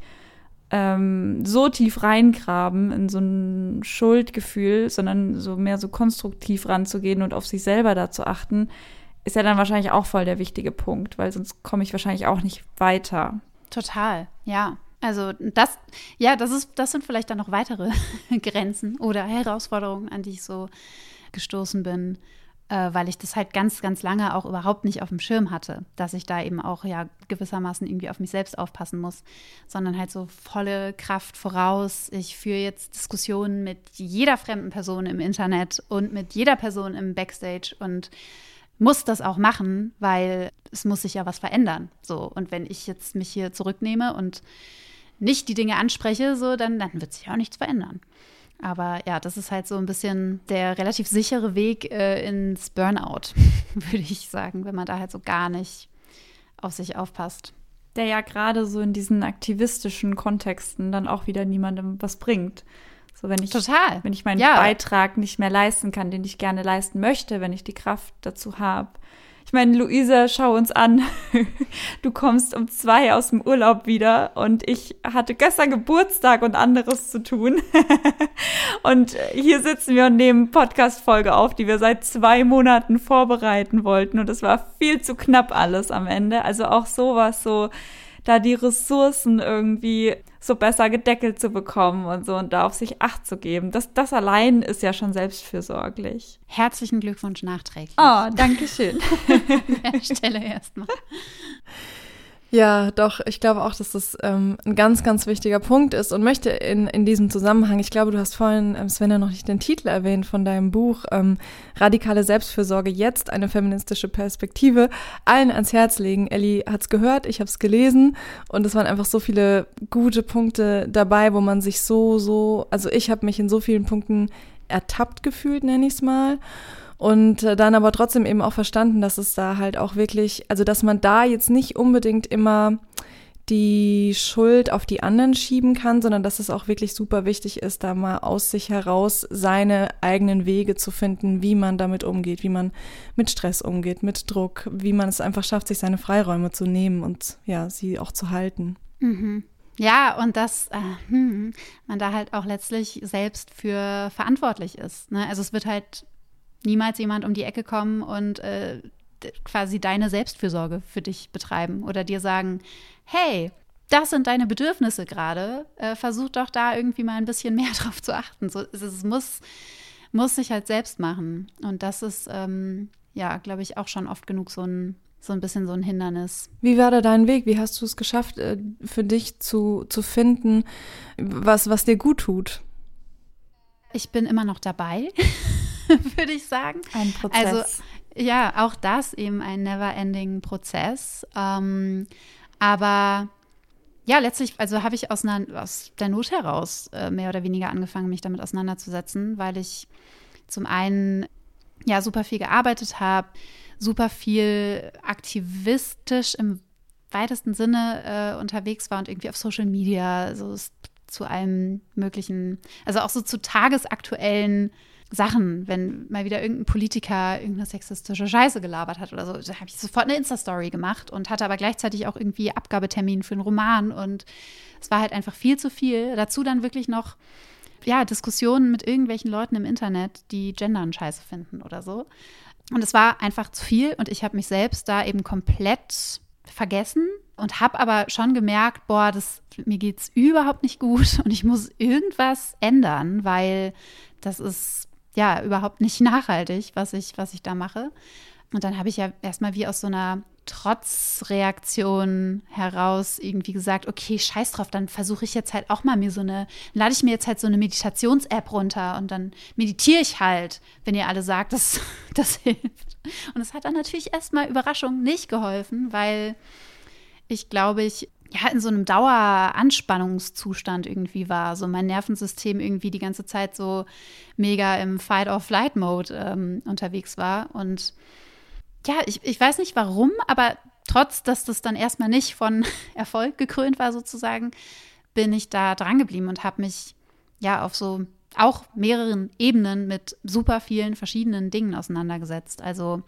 ähm, so tief reingraben in so ein Schuldgefühl, sondern so mehr so konstruktiv ranzugehen und auf sich selber da zu achten, ist ja dann wahrscheinlich auch voll der wichtige Punkt, weil sonst komme ich wahrscheinlich auch nicht weiter. Total, ja. Also das, ja, das ist, das sind vielleicht dann noch weitere Grenzen oder Herausforderungen, an die ich so gestoßen bin, äh, weil ich das halt ganz, ganz lange auch überhaupt nicht auf dem Schirm hatte, dass ich da eben auch ja gewissermaßen irgendwie auf mich selbst aufpassen muss, sondern halt so volle Kraft voraus. Ich führe jetzt Diskussionen mit jeder fremden Person im Internet und mit jeder Person im Backstage und muss das auch machen, weil es muss sich ja was verändern. So, und wenn ich jetzt mich hier zurücknehme und nicht die Dinge anspreche, so, dann, dann wird sich auch nichts verändern. Aber ja, das ist halt so ein bisschen der relativ sichere Weg äh, ins Burnout, würde ich sagen, wenn man da halt so gar nicht auf sich aufpasst. Der ja gerade so in diesen aktivistischen Kontexten dann auch wieder niemandem was bringt. So, wenn ich, Total. wenn ich meinen Ja. Beitrag nicht mehr leisten kann, den ich gerne leisten möchte, wenn ich die Kraft dazu habe. Ich meine, Luisa, schau uns an. Du kommst um zwei aus dem Urlaub wieder und ich hatte gestern Geburtstag und anderes zu tun. Und hier sitzen wir und nehmen Podcast-Folge auf, die wir seit zwei Monaten vorbereiten wollten. Und es war viel zu knapp alles am Ende. Also auch sowas, so da die Ressourcen irgendwie so besser gedeckelt zu bekommen und so und da auf sich Acht zu geben. Das, das allein ist ja schon selbstfürsorglich. Herzlichen Glückwunsch nachträglich. Oh, danke schön. An der Stelle erstmal. Ja, doch, ich glaube auch, dass das ähm, ein ganz, ganz wichtiger Punkt ist und möchte in, in diesem Zusammenhang, ich glaube, du hast vorhin, ähm, Svenja, noch nicht den Titel erwähnt von deinem Buch, ähm, Radikale Selbstfürsorge, jetzt eine feministische Perspektive, allen ans Herz legen. Elli hat's gehört, ich habe es gelesen und es waren einfach so viele gute Punkte dabei, wo man sich so, so, also ich habe mich in so vielen Punkten ertappt gefühlt, nenne ich es mal. Und äh, dann aber trotzdem eben auch verstanden, dass es da halt auch wirklich, also dass man da jetzt nicht unbedingt immer die Schuld auf die anderen schieben kann, sondern dass es auch wirklich super wichtig ist, da mal aus sich heraus seine eigenen Wege zu finden, wie man damit umgeht, wie man mit Stress umgeht, mit Druck, wie man es einfach schafft, sich seine Freiräume zu nehmen und ja, sie auch zu halten. Mhm. Ja, und dass äh, hm, man da halt auch letztlich selbst für verantwortlich ist. Ne? Also es wird halt niemals jemand um die Ecke kommen und äh, quasi deine Selbstfürsorge für dich betreiben oder dir sagen, hey, das sind deine Bedürfnisse gerade, äh, versuch doch da irgendwie mal ein bisschen mehr drauf zu achten. So, es, es muss, muss sich halt selbst machen. Und das ist, ähm, ja, glaube ich, auch schon oft genug so ein, so ein bisschen so ein Hindernis. Wie war da dein Weg? Wie hast du es geschafft, äh, für dich zu, zu finden, was, was dir gut tut? Ich bin immer noch dabei. Würde ich sagen. Ein Prozess. Also ja, auch das eben ein never-ending Prozess. Ähm, aber ja, letztlich, also habe ich aus, einer, aus der Not heraus äh, mehr oder weniger angefangen, mich damit auseinanderzusetzen, weil ich zum einen ja super viel gearbeitet habe, super viel aktivistisch im weitesten Sinne äh, unterwegs war und irgendwie auf Social Media, so zu allem möglichen, also auch so zu tagesaktuellen Sachen, wenn mal wieder irgendein Politiker irgendeine sexistische Scheiße gelabert hat oder so, da habe ich sofort eine Insta-Story gemacht und hatte aber gleichzeitig auch irgendwie Abgabetermin für einen Roman und es war halt einfach viel zu viel. Dazu dann wirklich noch, ja, Diskussionen mit irgendwelchen Leuten im Internet, die Gendern scheiße finden oder so. Und es war einfach zu viel und ich habe mich selbst da eben komplett vergessen und habe aber schon gemerkt, boah, das, mir geht's überhaupt nicht gut und ich muss irgendwas ändern, weil das ist ja überhaupt nicht nachhaltig, was ich, was ich da mache. Und dann habe ich ja erstmal wie aus so einer Trotzreaktion heraus irgendwie gesagt, okay, scheiß drauf, dann versuche ich jetzt halt auch mal mir so eine, lade ich mir jetzt halt so eine Meditations-App runter und dann meditiere ich halt, wenn ihr alle sagt, dass das hilft. Und es hat dann natürlich erstmal Überraschung nicht geholfen, weil ich glaube, ich ja in so einem Daueranspannungszustand irgendwie war. So mein Nervensystem irgendwie die ganze Zeit so mega im Fight-or-Flight-Mode ähm, unterwegs war. Und ja, ich, ich weiß nicht warum, aber trotz, dass das dann erstmal nicht von Erfolg gekrönt war sozusagen, bin ich da dran geblieben und habe mich ja auf so auch mehreren Ebenen mit super vielen verschiedenen Dingen auseinandergesetzt. Also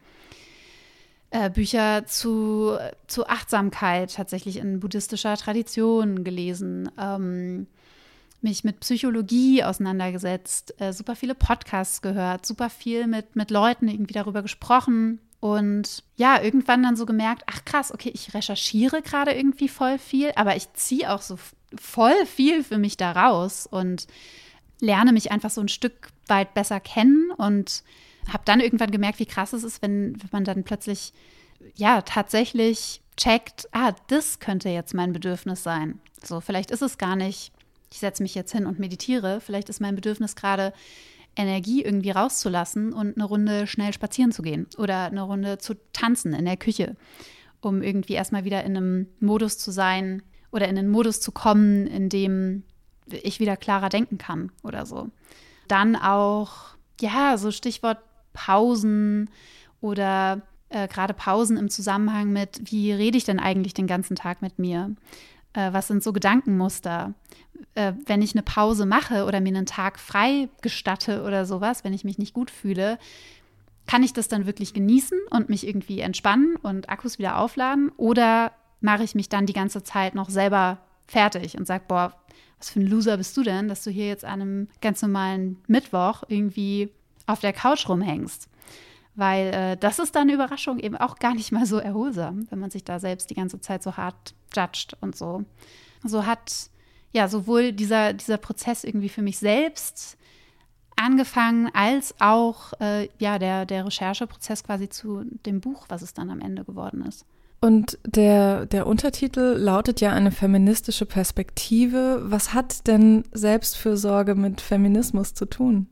äh, Bücher zu, zu Achtsamkeit tatsächlich in buddhistischer Tradition gelesen, ähm, mich mit Psychologie auseinandergesetzt, äh, super viele Podcasts gehört, super viel mit, mit Leuten irgendwie darüber gesprochen. Und ja, irgendwann dann so gemerkt, ach krass, okay, ich recherchiere gerade irgendwie voll viel, aber ich ziehe auch so f- voll viel für mich da raus und lerne mich einfach so ein Stück weit besser kennen und habe dann irgendwann gemerkt, wie krass es ist, wenn, wenn man dann plötzlich ja tatsächlich checkt, ah, das könnte jetzt mein Bedürfnis sein. So, vielleicht ist es gar nicht, ich setze mich jetzt hin und meditiere, vielleicht ist mein Bedürfnis gerade, Energie irgendwie rauszulassen und eine Runde schnell spazieren zu gehen oder eine Runde zu tanzen in der Küche, um irgendwie erstmal wieder in einem Modus zu sein oder in einen Modus zu kommen, in dem ich wieder klarer denken kann oder so. Dann auch, ja, so Stichwort Pausen oder äh, gerade Pausen im Zusammenhang mit, wie rede ich denn eigentlich den ganzen Tag mit mir? Äh, was sind so Gedankenmuster? Äh, wenn ich eine Pause mache oder mir einen Tag frei gestatte oder sowas, wenn ich mich nicht gut fühle, kann ich das dann wirklich genießen und mich irgendwie entspannen und Akkus wieder aufladen? Oder mache ich mich dann die ganze Zeit noch selber fertig und sage, boah, was für ein Loser bist du denn, dass du hier jetzt an einem ganz normalen Mittwoch irgendwie auf der Couch rumhängst? Weil äh, das ist dann eine Überraschung eben auch gar nicht mal so erholsam, wenn man sich da selbst die ganze Zeit so hart judgt und so. So hat ja sowohl dieser, dieser Prozess irgendwie für mich selbst angefangen, als auch äh, ja, der, der Rechercheprozess quasi zu dem Buch, was es dann am Ende geworden ist. Und der, der Untertitel lautet ja eine feministische Perspektive. Was hat denn Selbstfürsorge mit Feminismus zu tun?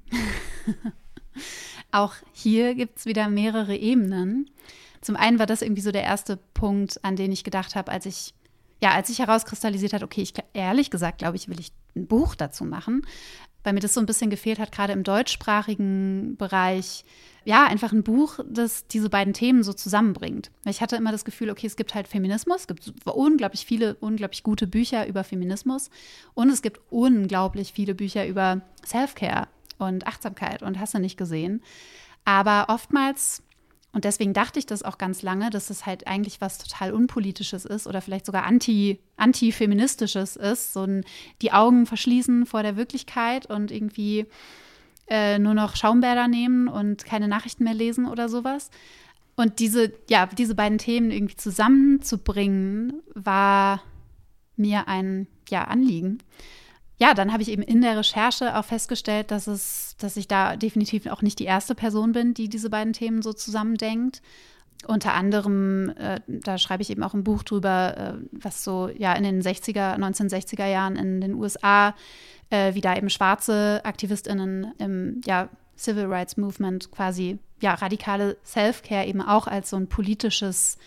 Auch hier gibt es wieder mehrere Ebenen. Zum einen war das irgendwie so der erste Punkt, an den ich gedacht habe, als ich, ja, als ich herauskristallisiert hat, okay, ich ehrlich gesagt, glaube ich, will ich ein Buch dazu machen, weil mir das so ein bisschen gefehlt hat, gerade im deutschsprachigen Bereich, ja, einfach ein Buch, das diese beiden Themen so zusammenbringt. Ich hatte immer das Gefühl, okay, es gibt halt Feminismus, es gibt unglaublich viele, unglaublich gute Bücher über Feminismus und es gibt unglaublich viele Bücher über Self-Care und Achtsamkeit und hast du nicht gesehen. Aber oftmals, und deswegen dachte ich das auch ganz lange, dass das halt eigentlich was total Unpolitisches ist oder vielleicht sogar anti, anti-feministisches ist, so ein, die Augen verschließen vor der Wirklichkeit und irgendwie äh, nur noch Schaumbäder nehmen und keine Nachrichten mehr lesen oder sowas. Und diese, ja, diese beiden Themen irgendwie zusammenzubringen, war mir ein ja, Anliegen. Ja, dann habe ich eben in der Recherche auch festgestellt, dass es, dass ich da definitiv auch nicht die erste Person bin, die diese beiden Themen so zusammendenkt. Unter anderem, äh, da schreibe ich eben auch ein Buch drüber, äh, was so ja in den sechziger, neunzehnhundertsechziger Jahren in den U S A, äh, wie da eben schwarze AktivistInnen im ja, Civil Rights Movement quasi ja radikale Self-Care eben auch als so ein politisches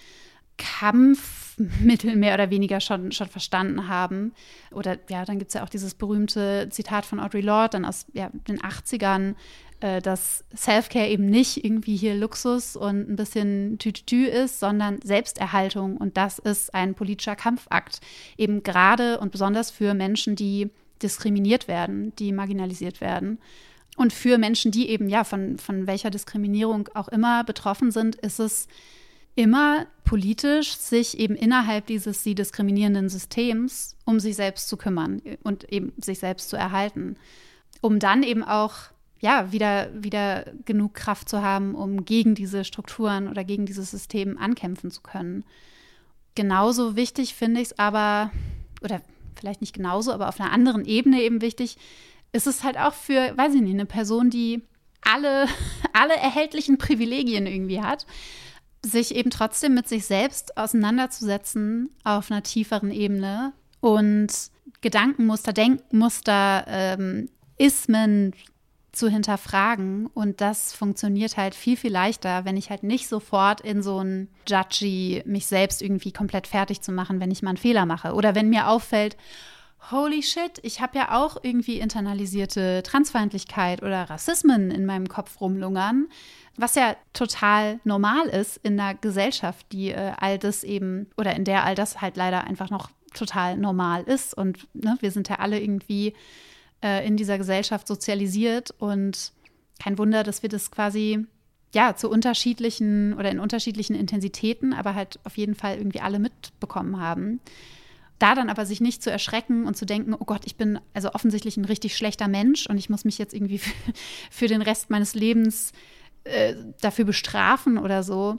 Kampfmittel mehr oder weniger schon, schon verstanden haben. Oder ja, dann gibt es ja auch dieses berühmte Zitat von Audre Lorde, dann aus ja, den achtzigern, äh, dass Self-Care eben nicht irgendwie hier Luxus und ein bisschen Tütütü ist, sondern Selbsterhaltung. Und das ist ein politischer Kampfakt. Eben gerade und besonders für Menschen, die diskriminiert werden, die marginalisiert werden. Und für Menschen, die eben ja von, von welcher Diskriminierung auch immer betroffen sind, ist es immer politisch, sich eben innerhalb dieses sie diskriminierenden Systems um sich selbst zu kümmern und eben sich selbst zu erhalten, um dann eben auch ja wieder, wieder genug Kraft zu haben, um gegen diese Strukturen oder gegen dieses System ankämpfen zu können. Genauso wichtig finde ich es aber, oder vielleicht nicht genauso, aber auf einer anderen Ebene eben wichtig, ist es halt auch für, weiß ich nicht, eine Person, die alle, alle erhältlichen Privilegien irgendwie hat, sich eben trotzdem mit sich selbst auseinanderzusetzen auf einer tieferen Ebene und Gedankenmuster, Denkmuster, ähm, Ismen zu hinterfragen. Und das funktioniert halt viel, viel leichter, wenn ich halt nicht sofort in so ein Judgy, mich selbst irgendwie komplett fertig zu machen, wenn ich mal einen Fehler mache. Oder wenn mir auffällt, holy shit, ich habe ja auch irgendwie internalisierte Transfeindlichkeit oder Rassismen in meinem Kopf rumlungern, was ja total normal ist in einer Gesellschaft, die äh, all das eben, oder in der all das halt leider einfach noch total normal ist. Und ne, wir sind ja alle irgendwie äh, in dieser Gesellschaft sozialisiert und kein Wunder, dass wir das quasi ja zu unterschiedlichen oder in unterschiedlichen Intensitäten, aber halt auf jeden Fall irgendwie alle mitbekommen haben. Da dann aber sich nicht zu erschrecken und zu denken, oh Gott, ich bin also offensichtlich ein richtig schlechter Mensch und ich muss mich jetzt irgendwie für, für den Rest meines Lebens äh, dafür bestrafen oder so.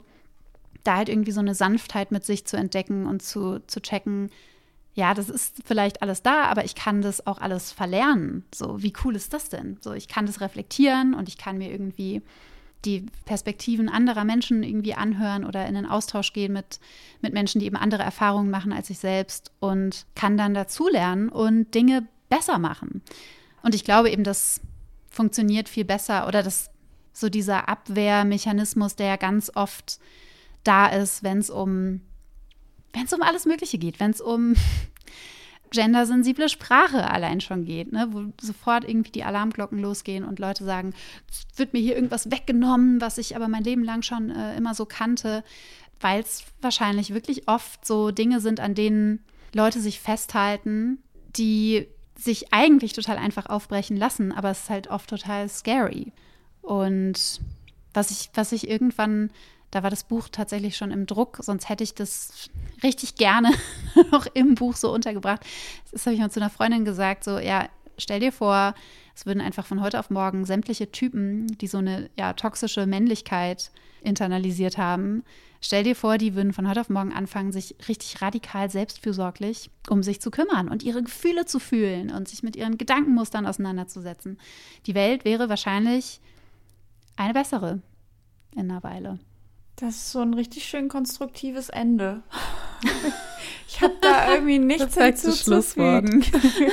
Da halt irgendwie so eine Sanftheit mit sich zu entdecken und zu, zu checken, ja, das ist vielleicht alles da, aber ich kann das auch alles verlernen. So, wie cool ist das denn? So, ich kann das reflektieren und ich kann mir irgendwie die Perspektiven anderer Menschen irgendwie anhören oder in den Austausch gehen mit, mit Menschen, die eben andere Erfahrungen machen als ich selbst und kann dann dazulernen und Dinge besser machen. Und ich glaube eben, das funktioniert viel besser oder das so dieser Abwehrmechanismus, der ja ganz oft da ist, wenn es um, wenn es um alles Mögliche geht, wenn es um gendersensible Sprache allein schon geht, ne? Wo sofort irgendwie die Alarmglocken losgehen und Leute sagen, es wird mir hier irgendwas weggenommen, was ich aber mein Leben lang schon äh, immer so kannte, weil es wahrscheinlich wirklich oft so Dinge sind, an denen Leute sich festhalten, die sich eigentlich total einfach aufbrechen lassen, aber es ist halt oft total scary. Und was ich, was ich irgendwann Da war das Buch tatsächlich schon im Druck, sonst hätte ich das richtig gerne noch im Buch so untergebracht. Das habe ich mal zu einer Freundin gesagt, so, ja, stell dir vor, es würden einfach von heute auf morgen sämtliche Typen, die so eine ja, toxische Männlichkeit internalisiert haben, stell dir vor, die würden von heute auf morgen anfangen, sich richtig radikal selbstfürsorglich um sich zu kümmern und ihre Gefühle zu fühlen und sich mit ihren Gedankenmustern auseinanderzusetzen. Die Welt wäre wahrscheinlich eine bessere in einer Weile. Das ist so ein richtig schön konstruktives Ende. Ich habe da irgendwie nichts hinzuzufügen.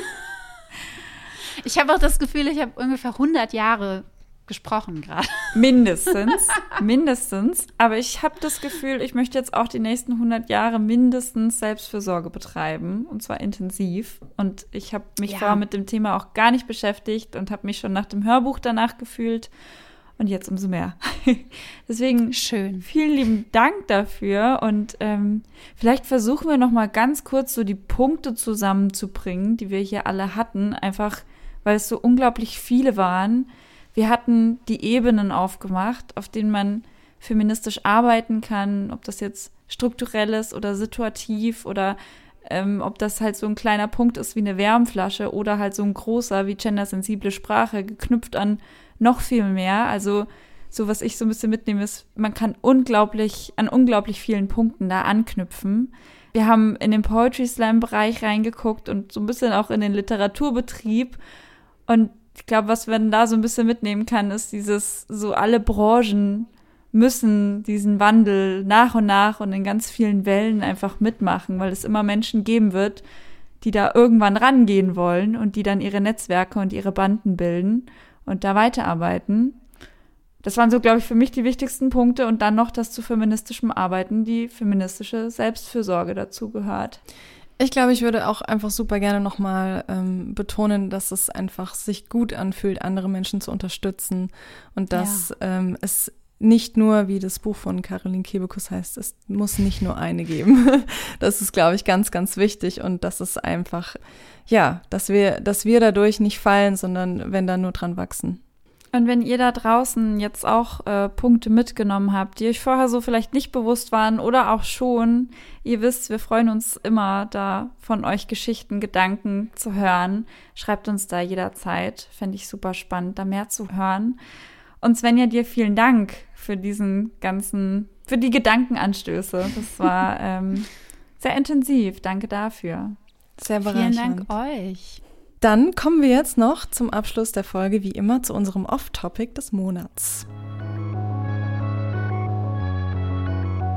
Ich habe auch das Gefühl, ich habe ungefähr hundert Jahre gesprochen gerade. Mindestens, mindestens. Aber ich habe das Gefühl, ich möchte jetzt auch die nächsten hundert Jahre mindestens Selbstfürsorge betreiben. Und zwar intensiv. Und ich habe mich Ja. vorher mit dem Thema auch gar nicht beschäftigt und habe mich schon nach dem Hörbuch danach gefühlt. Und jetzt umso mehr. Deswegen Schön. vielen lieben Dank dafür. Und ähm, vielleicht versuchen wir noch mal ganz kurz so die Punkte zusammenzubringen, die wir hier alle hatten. Einfach, weil es so unglaublich viele waren. Wir hatten die Ebenen aufgemacht, auf denen man feministisch arbeiten kann. Ob das jetzt strukturell ist oder situativ oder ähm, ob das halt so ein kleiner Punkt ist wie eine Wärmflasche oder halt so ein großer wie gendersensible Sprache, geknüpft an noch viel mehr. Also so, was ich so ein bisschen mitnehme, ist, man kann unglaublich, an unglaublich vielen Punkten da anknüpfen. Wir haben in den Poetry Slam-Bereich reingeguckt und so ein bisschen auch in den Literaturbetrieb. Und ich glaube, was man da so ein bisschen mitnehmen kann, ist dieses, so alle Branchen müssen diesen Wandel nach und nach und in ganz vielen Wellen einfach mitmachen, weil es immer Menschen geben wird, die da irgendwann rangehen wollen und die dann ihre Netzwerke und ihre Banden bilden und da weiterarbeiten. Das waren so, glaube ich, für mich die wichtigsten Punkte und dann noch, dass zu feministischem Arbeiten die feministische Selbstfürsorge dazu gehört. Ich glaube, ich würde auch einfach super gerne nochmal ähm, betonen, dass es einfach sich gut anfühlt, andere Menschen zu unterstützen und dass ja. ähm, es nicht nur, wie das Buch von Caroline Kebekus heißt, es muss nicht nur eine geben. Das ist, glaube ich, ganz, ganz wichtig und das ist einfach, ja, dass wir, dass wir dadurch nicht fallen, sondern wenn dann nur dran wachsen. Und wenn ihr da draußen jetzt auch äh, Punkte mitgenommen habt, die euch vorher so vielleicht nicht bewusst waren oder auch schon, ihr wisst, wir freuen uns immer, da von euch Geschichten, Gedanken zu hören. Schreibt uns da jederzeit. Fände ich super spannend, da mehr zu hören. Und Svenja, dir vielen Dank für diesen ganzen, für die Gedankenanstöße. Das war ähm, sehr intensiv. Danke dafür. Sehr bereichernd. Vielen Dank euch. Dann kommen wir jetzt noch zum Abschluss der Folge, wie immer, zu unserem Off-Topic des Monats.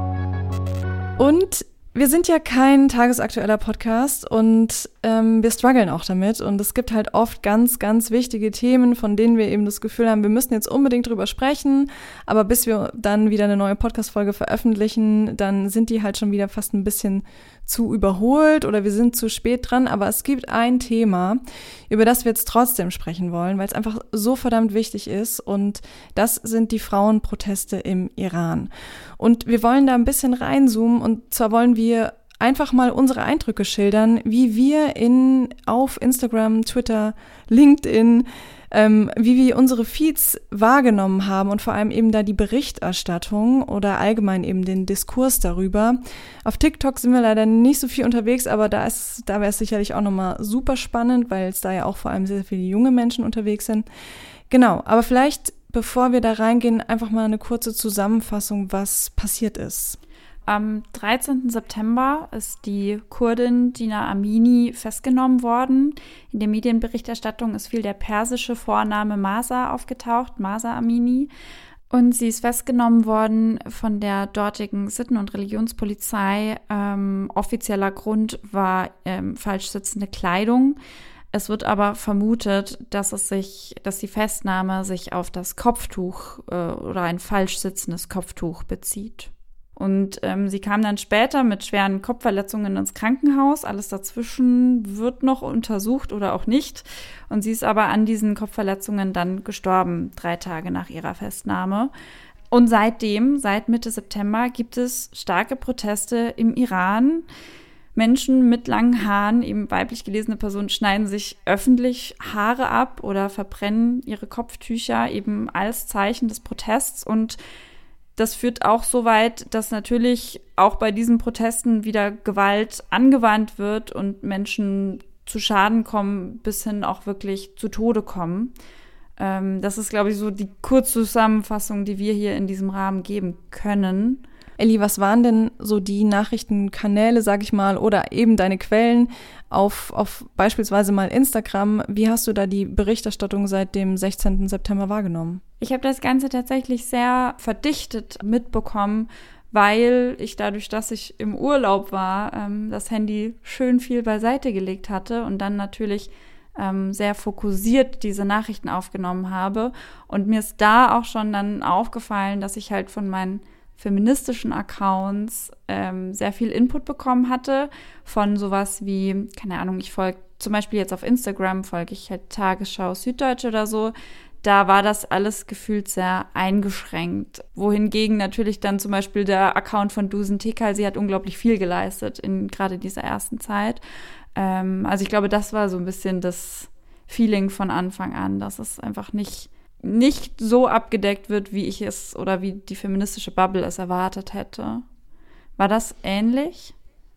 Und wir sind ja kein tagesaktueller Podcast und ähm, wir strugglen auch damit. Und es gibt halt oft ganz, ganz wichtige Themen, von denen wir eben das Gefühl haben, wir müssen jetzt unbedingt drüber sprechen. Aber bis wir dann wieder eine neue Podcast-Folge veröffentlichen, dann sind die halt schon wieder fast ein bisschen zu überholt oder wir sind zu spät dran. Aber es gibt ein Thema, über das wir jetzt trotzdem sprechen wollen, weil es einfach so verdammt wichtig ist. Und das sind die Frauenproteste im Iran. Und wir wollen da ein bisschen reinzoomen und zwar wollen wir einfach mal unsere Eindrücke schildern, wie wir in auf Instagram, Twitter, LinkedIn, ähm, wie wir unsere Feeds wahrgenommen haben und vor allem eben da die Berichterstattung oder allgemein eben den Diskurs darüber. Auf TikTok sind wir leider nicht so viel unterwegs, aber da ist, da wäre es sicherlich auch nochmal super spannend, weil es da ja auch vor allem sehr viele junge Menschen unterwegs sind. Genau, aber vielleicht, bevor wir da reingehen, einfach mal eine kurze Zusammenfassung, was passiert ist. Am dreizehnten September ist die Kurdin Jina Amini festgenommen worden. In der Medienberichterstattung ist viel der persische Vorname Mahsa aufgetaucht, Mahsa Amini. Und sie ist festgenommen worden von der dortigen Sitten- und Religionspolizei. Ähm, offizieller Grund war ähm, falsch sitzende Kleidung. Es wird aber vermutet, dass es sich, dass die Festnahme sich auf das Kopftuch äh, oder ein falsch sitzendes Kopftuch bezieht. Und ähm, sie kam dann später mit schweren Kopfverletzungen ins Krankenhaus. Alles dazwischen wird noch untersucht oder auch nicht. Und sie ist aber an diesen Kopfverletzungen dann gestorben, drei Tage nach ihrer Festnahme. Und seitdem, seit Mitte September, gibt es starke Proteste im Iran. Menschen mit langen Haaren, eben weiblich gelesene Personen, schneiden sich öffentlich Haare ab oder verbrennen ihre Kopftücher eben als Zeichen des Protests. Und das führt auch so weit, dass natürlich auch bei diesen Protesten wieder Gewalt angewandt wird und Menschen zu Schaden kommen, bis hin auch wirklich zu Tode kommen. Ähm, das ist, glaube ich, so die Kurzzusammenfassung, die wir hier in diesem Rahmen geben können. Elli, was waren denn so die Nachrichtenkanäle, sag ich mal, oder eben deine Quellen auf, auf beispielsweise mal Instagram? Wie hast du da die Berichterstattung seit dem sechzehnten September wahrgenommen? Ich habe das Ganze tatsächlich sehr verdichtet mitbekommen, weil ich dadurch, dass ich im Urlaub war, ähm, das Handy schön viel beiseite gelegt hatte und dann natürlich ähm, sehr fokussiert diese Nachrichten aufgenommen habe. Und mir ist da auch schon dann aufgefallen, dass ich halt von meinen feministischen Accounts ähm, sehr viel Input bekommen hatte von sowas wie, keine Ahnung, ich folge zum Beispiel jetzt auf Instagram, folge ich halt Tagesschau, Süddeutsche oder so. Da war das alles gefühlt sehr eingeschränkt. Wohingegen natürlich dann zum Beispiel der Account von Dusen Tekal, sie hat unglaublich viel geleistet in gerade dieser ersten Zeit. Ähm, also ich glaube, das war so ein bisschen das Feeling von Anfang an, dass es einfach nicht nicht so abgedeckt wird, wie ich es oder wie die feministische Bubble es erwartet hätte. War das ähnlich?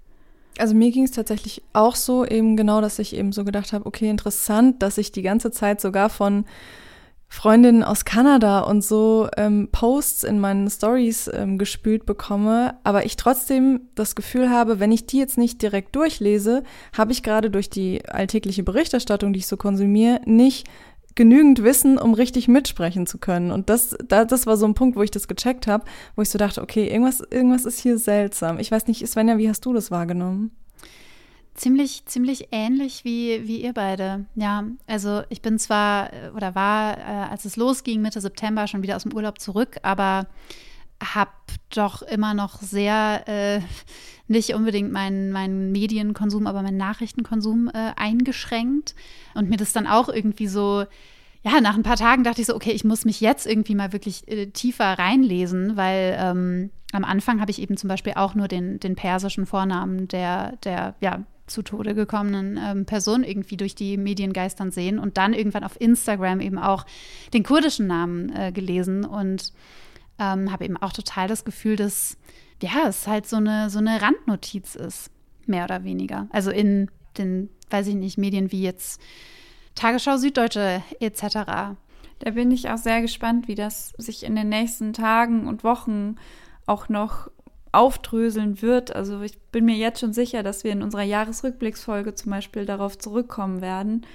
Also mir ging es tatsächlich auch so, eben genau, dass ich eben so gedacht habe, okay, interessant, dass ich die ganze Zeit sogar von Freundinnen aus Kanada und so ähm, Posts in meinen Stories ähm, gespült bekomme, aber ich trotzdem das Gefühl habe, wenn ich die jetzt nicht direkt durchlese, habe ich gerade durch die alltägliche Berichterstattung, die ich so konsumiere, nicht genügend Wissen, um richtig mitsprechen zu können. Und das, da, das war so ein Punkt, wo ich das gecheckt habe, wo ich so dachte, okay, irgendwas, irgendwas ist hier seltsam. Ich weiß nicht, Svenja, wie hast du das wahrgenommen? Ziemlich, ziemlich ähnlich wie, wie ihr beide. Ja, also ich bin zwar oder war, äh, als es losging, Mitte September schon wieder aus dem Urlaub zurück, aber habe doch immer noch sehr äh, nicht unbedingt meinen, meinen Medienkonsum, aber meinen Nachrichtenkonsum äh, eingeschränkt und mir das dann auch irgendwie so, ja, nach ein paar Tagen dachte ich so, okay, ich muss mich jetzt irgendwie mal wirklich äh, tiefer reinlesen, weil ähm, am Anfang habe ich eben zum Beispiel auch nur den, den persischen Vornamen der, der ja, zu Tode gekommenen ähm, Person irgendwie durch die Medien geistern sehen und dann irgendwann auf Instagram eben auch den kurdischen Namen äh, gelesen und ähm, habe eben auch total das Gefühl, dass ja, es halt so eine, so eine Randnotiz ist, mehr oder weniger. Also in den, weiß ich nicht, Medien wie jetzt Tagesschau, Süddeutsche et cetera. Da bin ich auch sehr gespannt, wie das sich in den nächsten Tagen und Wochen auch noch aufdröseln wird. Also ich bin mir jetzt schon sicher, dass wir in unserer Jahresrückblicksfolge zum Beispiel darauf zurückkommen werden.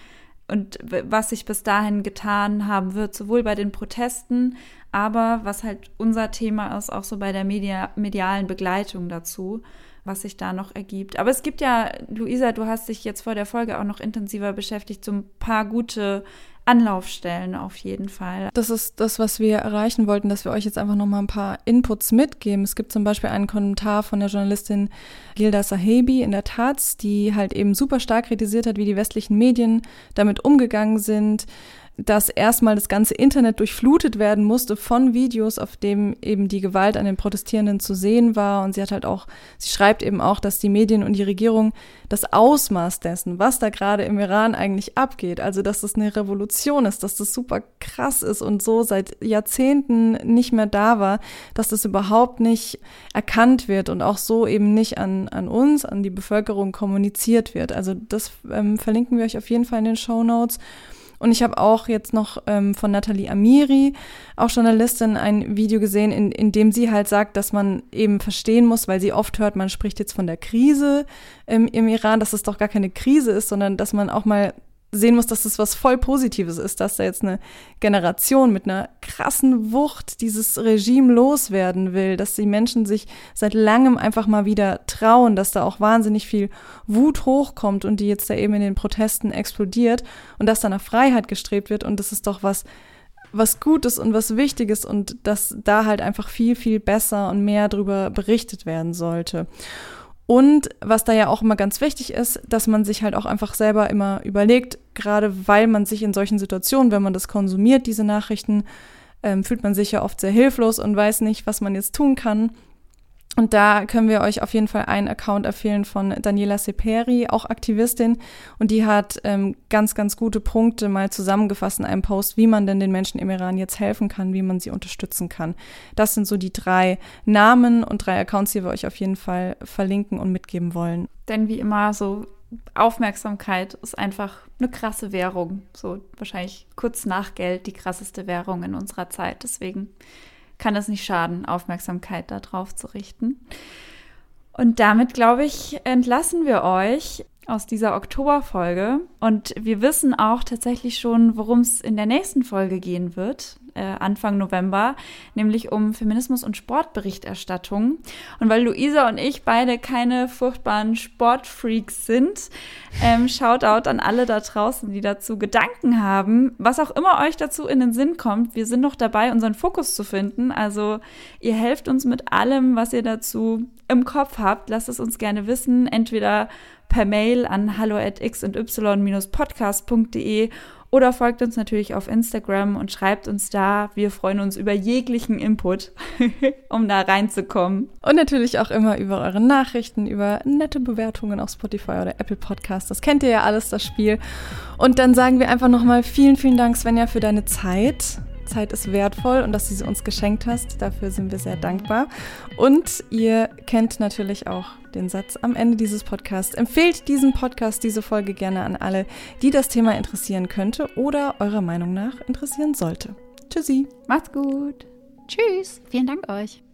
und was sich bis dahin getan haben wird, sowohl bei den Protesten, aber was halt unser Thema ist, auch so bei der Media, medialen Begleitung dazu, was sich da noch ergibt. Aber es gibt ja, Luisa, du hast dich jetzt vor der Folge auch noch intensiver beschäftigt, so ein paar gute Anlaufstellen auf jeden Fall. Das ist das, was wir erreichen wollten, dass wir euch jetzt einfach noch mal ein paar Inputs mitgeben. Es gibt zum Beispiel einen Kommentar von der Journalistin Gilda Sahebi in der Taz, die halt eben super stark kritisiert hat, wie die westlichen Medien damit umgegangen sind, dass erstmal das ganze Internet durchflutet werden musste von Videos, auf dem eben die Gewalt an den Protestierenden zu sehen war. Und sie hat halt auch, sie schreibt eben auch, dass die Medien und die Regierung das Ausmaß dessen, was da gerade im Iran eigentlich abgeht, also dass das eine Revolution ist, dass das super krass ist und so seit Jahrzehnten nicht mehr da war, dass das überhaupt nicht erkannt wird und auch so eben nicht an, an uns, an die Bevölkerung kommuniziert wird. Also das ähm, verlinken wir euch auf jeden Fall in den Shownotes. Und ich habe auch jetzt noch ähm, von Nathalie Amiri, auch Journalistin, ein Video gesehen, in, in dem sie halt sagt, dass man eben verstehen muss, weil sie oft hört, man spricht jetzt von der Krise ähm, im Iran, dass es doch gar keine Krise ist, sondern dass man auch mal sehen muss, dass es was voll Positives ist, dass da jetzt eine Generation mit einer krassen Wucht dieses Regime loswerden will, dass die Menschen sich seit langem einfach mal wieder trauen, dass da auch wahnsinnig viel Wut hochkommt und die jetzt da eben in den Protesten explodiert und dass da nach Freiheit gestrebt wird und das ist doch was, was Gutes und was Wichtiges und dass da halt einfach viel, viel besser und mehr drüber berichtet werden sollte. Und was da ja auch immer ganz wichtig ist, dass man sich halt auch einfach selber immer überlegt, gerade weil man sich in solchen Situationen, wenn man das konsumiert, diese Nachrichten, ähm, fühlt man sich ja oft sehr hilflos und weiß nicht, was man jetzt tun kann. Und da können wir euch auf jeden Fall einen Account empfehlen von Daniela Seperi, auch Aktivistin. Und die hat ähm, ganz, ganz gute Punkte mal zusammengefasst in einem Post, wie man denn den Menschen im Iran jetzt helfen kann, wie man sie unterstützen kann. Das sind so die drei Namen und drei Accounts, die wir euch auf jeden Fall verlinken und mitgeben wollen. Denn wie immer so Aufmerksamkeit ist einfach eine krasse Währung. So wahrscheinlich kurz nach Geld die krasseste Währung in unserer Zeit. Deswegen kann es nicht schaden, Aufmerksamkeit darauf zu richten. Und damit, glaube ich, entlassen wir euch aus dieser Oktoberfolge. Und wir wissen auch tatsächlich schon, worum es in der nächsten Folge gehen wird, äh, Anfang November, nämlich um Feminismus und Sportberichterstattung. Und weil Luisa und ich beide keine furchtbaren Sportfreaks sind, ähm, Shoutout an alle da draußen, die dazu Gedanken haben, was auch immer euch dazu in den Sinn kommt. Wir sind noch dabei, unseren Fokus zu finden. Also ihr helft uns mit allem, was ihr dazu im Kopf habt. Lasst es uns gerne wissen, entweder per Mail an hallo at x und y podcast punkt de oder folgt uns natürlich auf Instagram und schreibt uns da. Wir freuen uns über jeglichen Input, um da reinzukommen. Und natürlich auch immer über eure Nachrichten, über nette Bewertungen auf Spotify oder Apple Podcasts. Das kennt ihr ja alles, das Spiel. Und dann sagen wir einfach nochmal vielen, vielen Dank, Svenja, für deine Zeit. Zeit ist wertvoll und dass du sie uns geschenkt hast. Dafür sind wir sehr dankbar. Und ihr kennt natürlich auch den Satz am Ende dieses Podcasts. Empfehlt diesen Podcast, diese Folge gerne an alle, die das Thema interessieren könnte oder eurer Meinung nach interessieren sollte. Tschüssi. Macht's gut. Tschüss. Vielen Dank euch.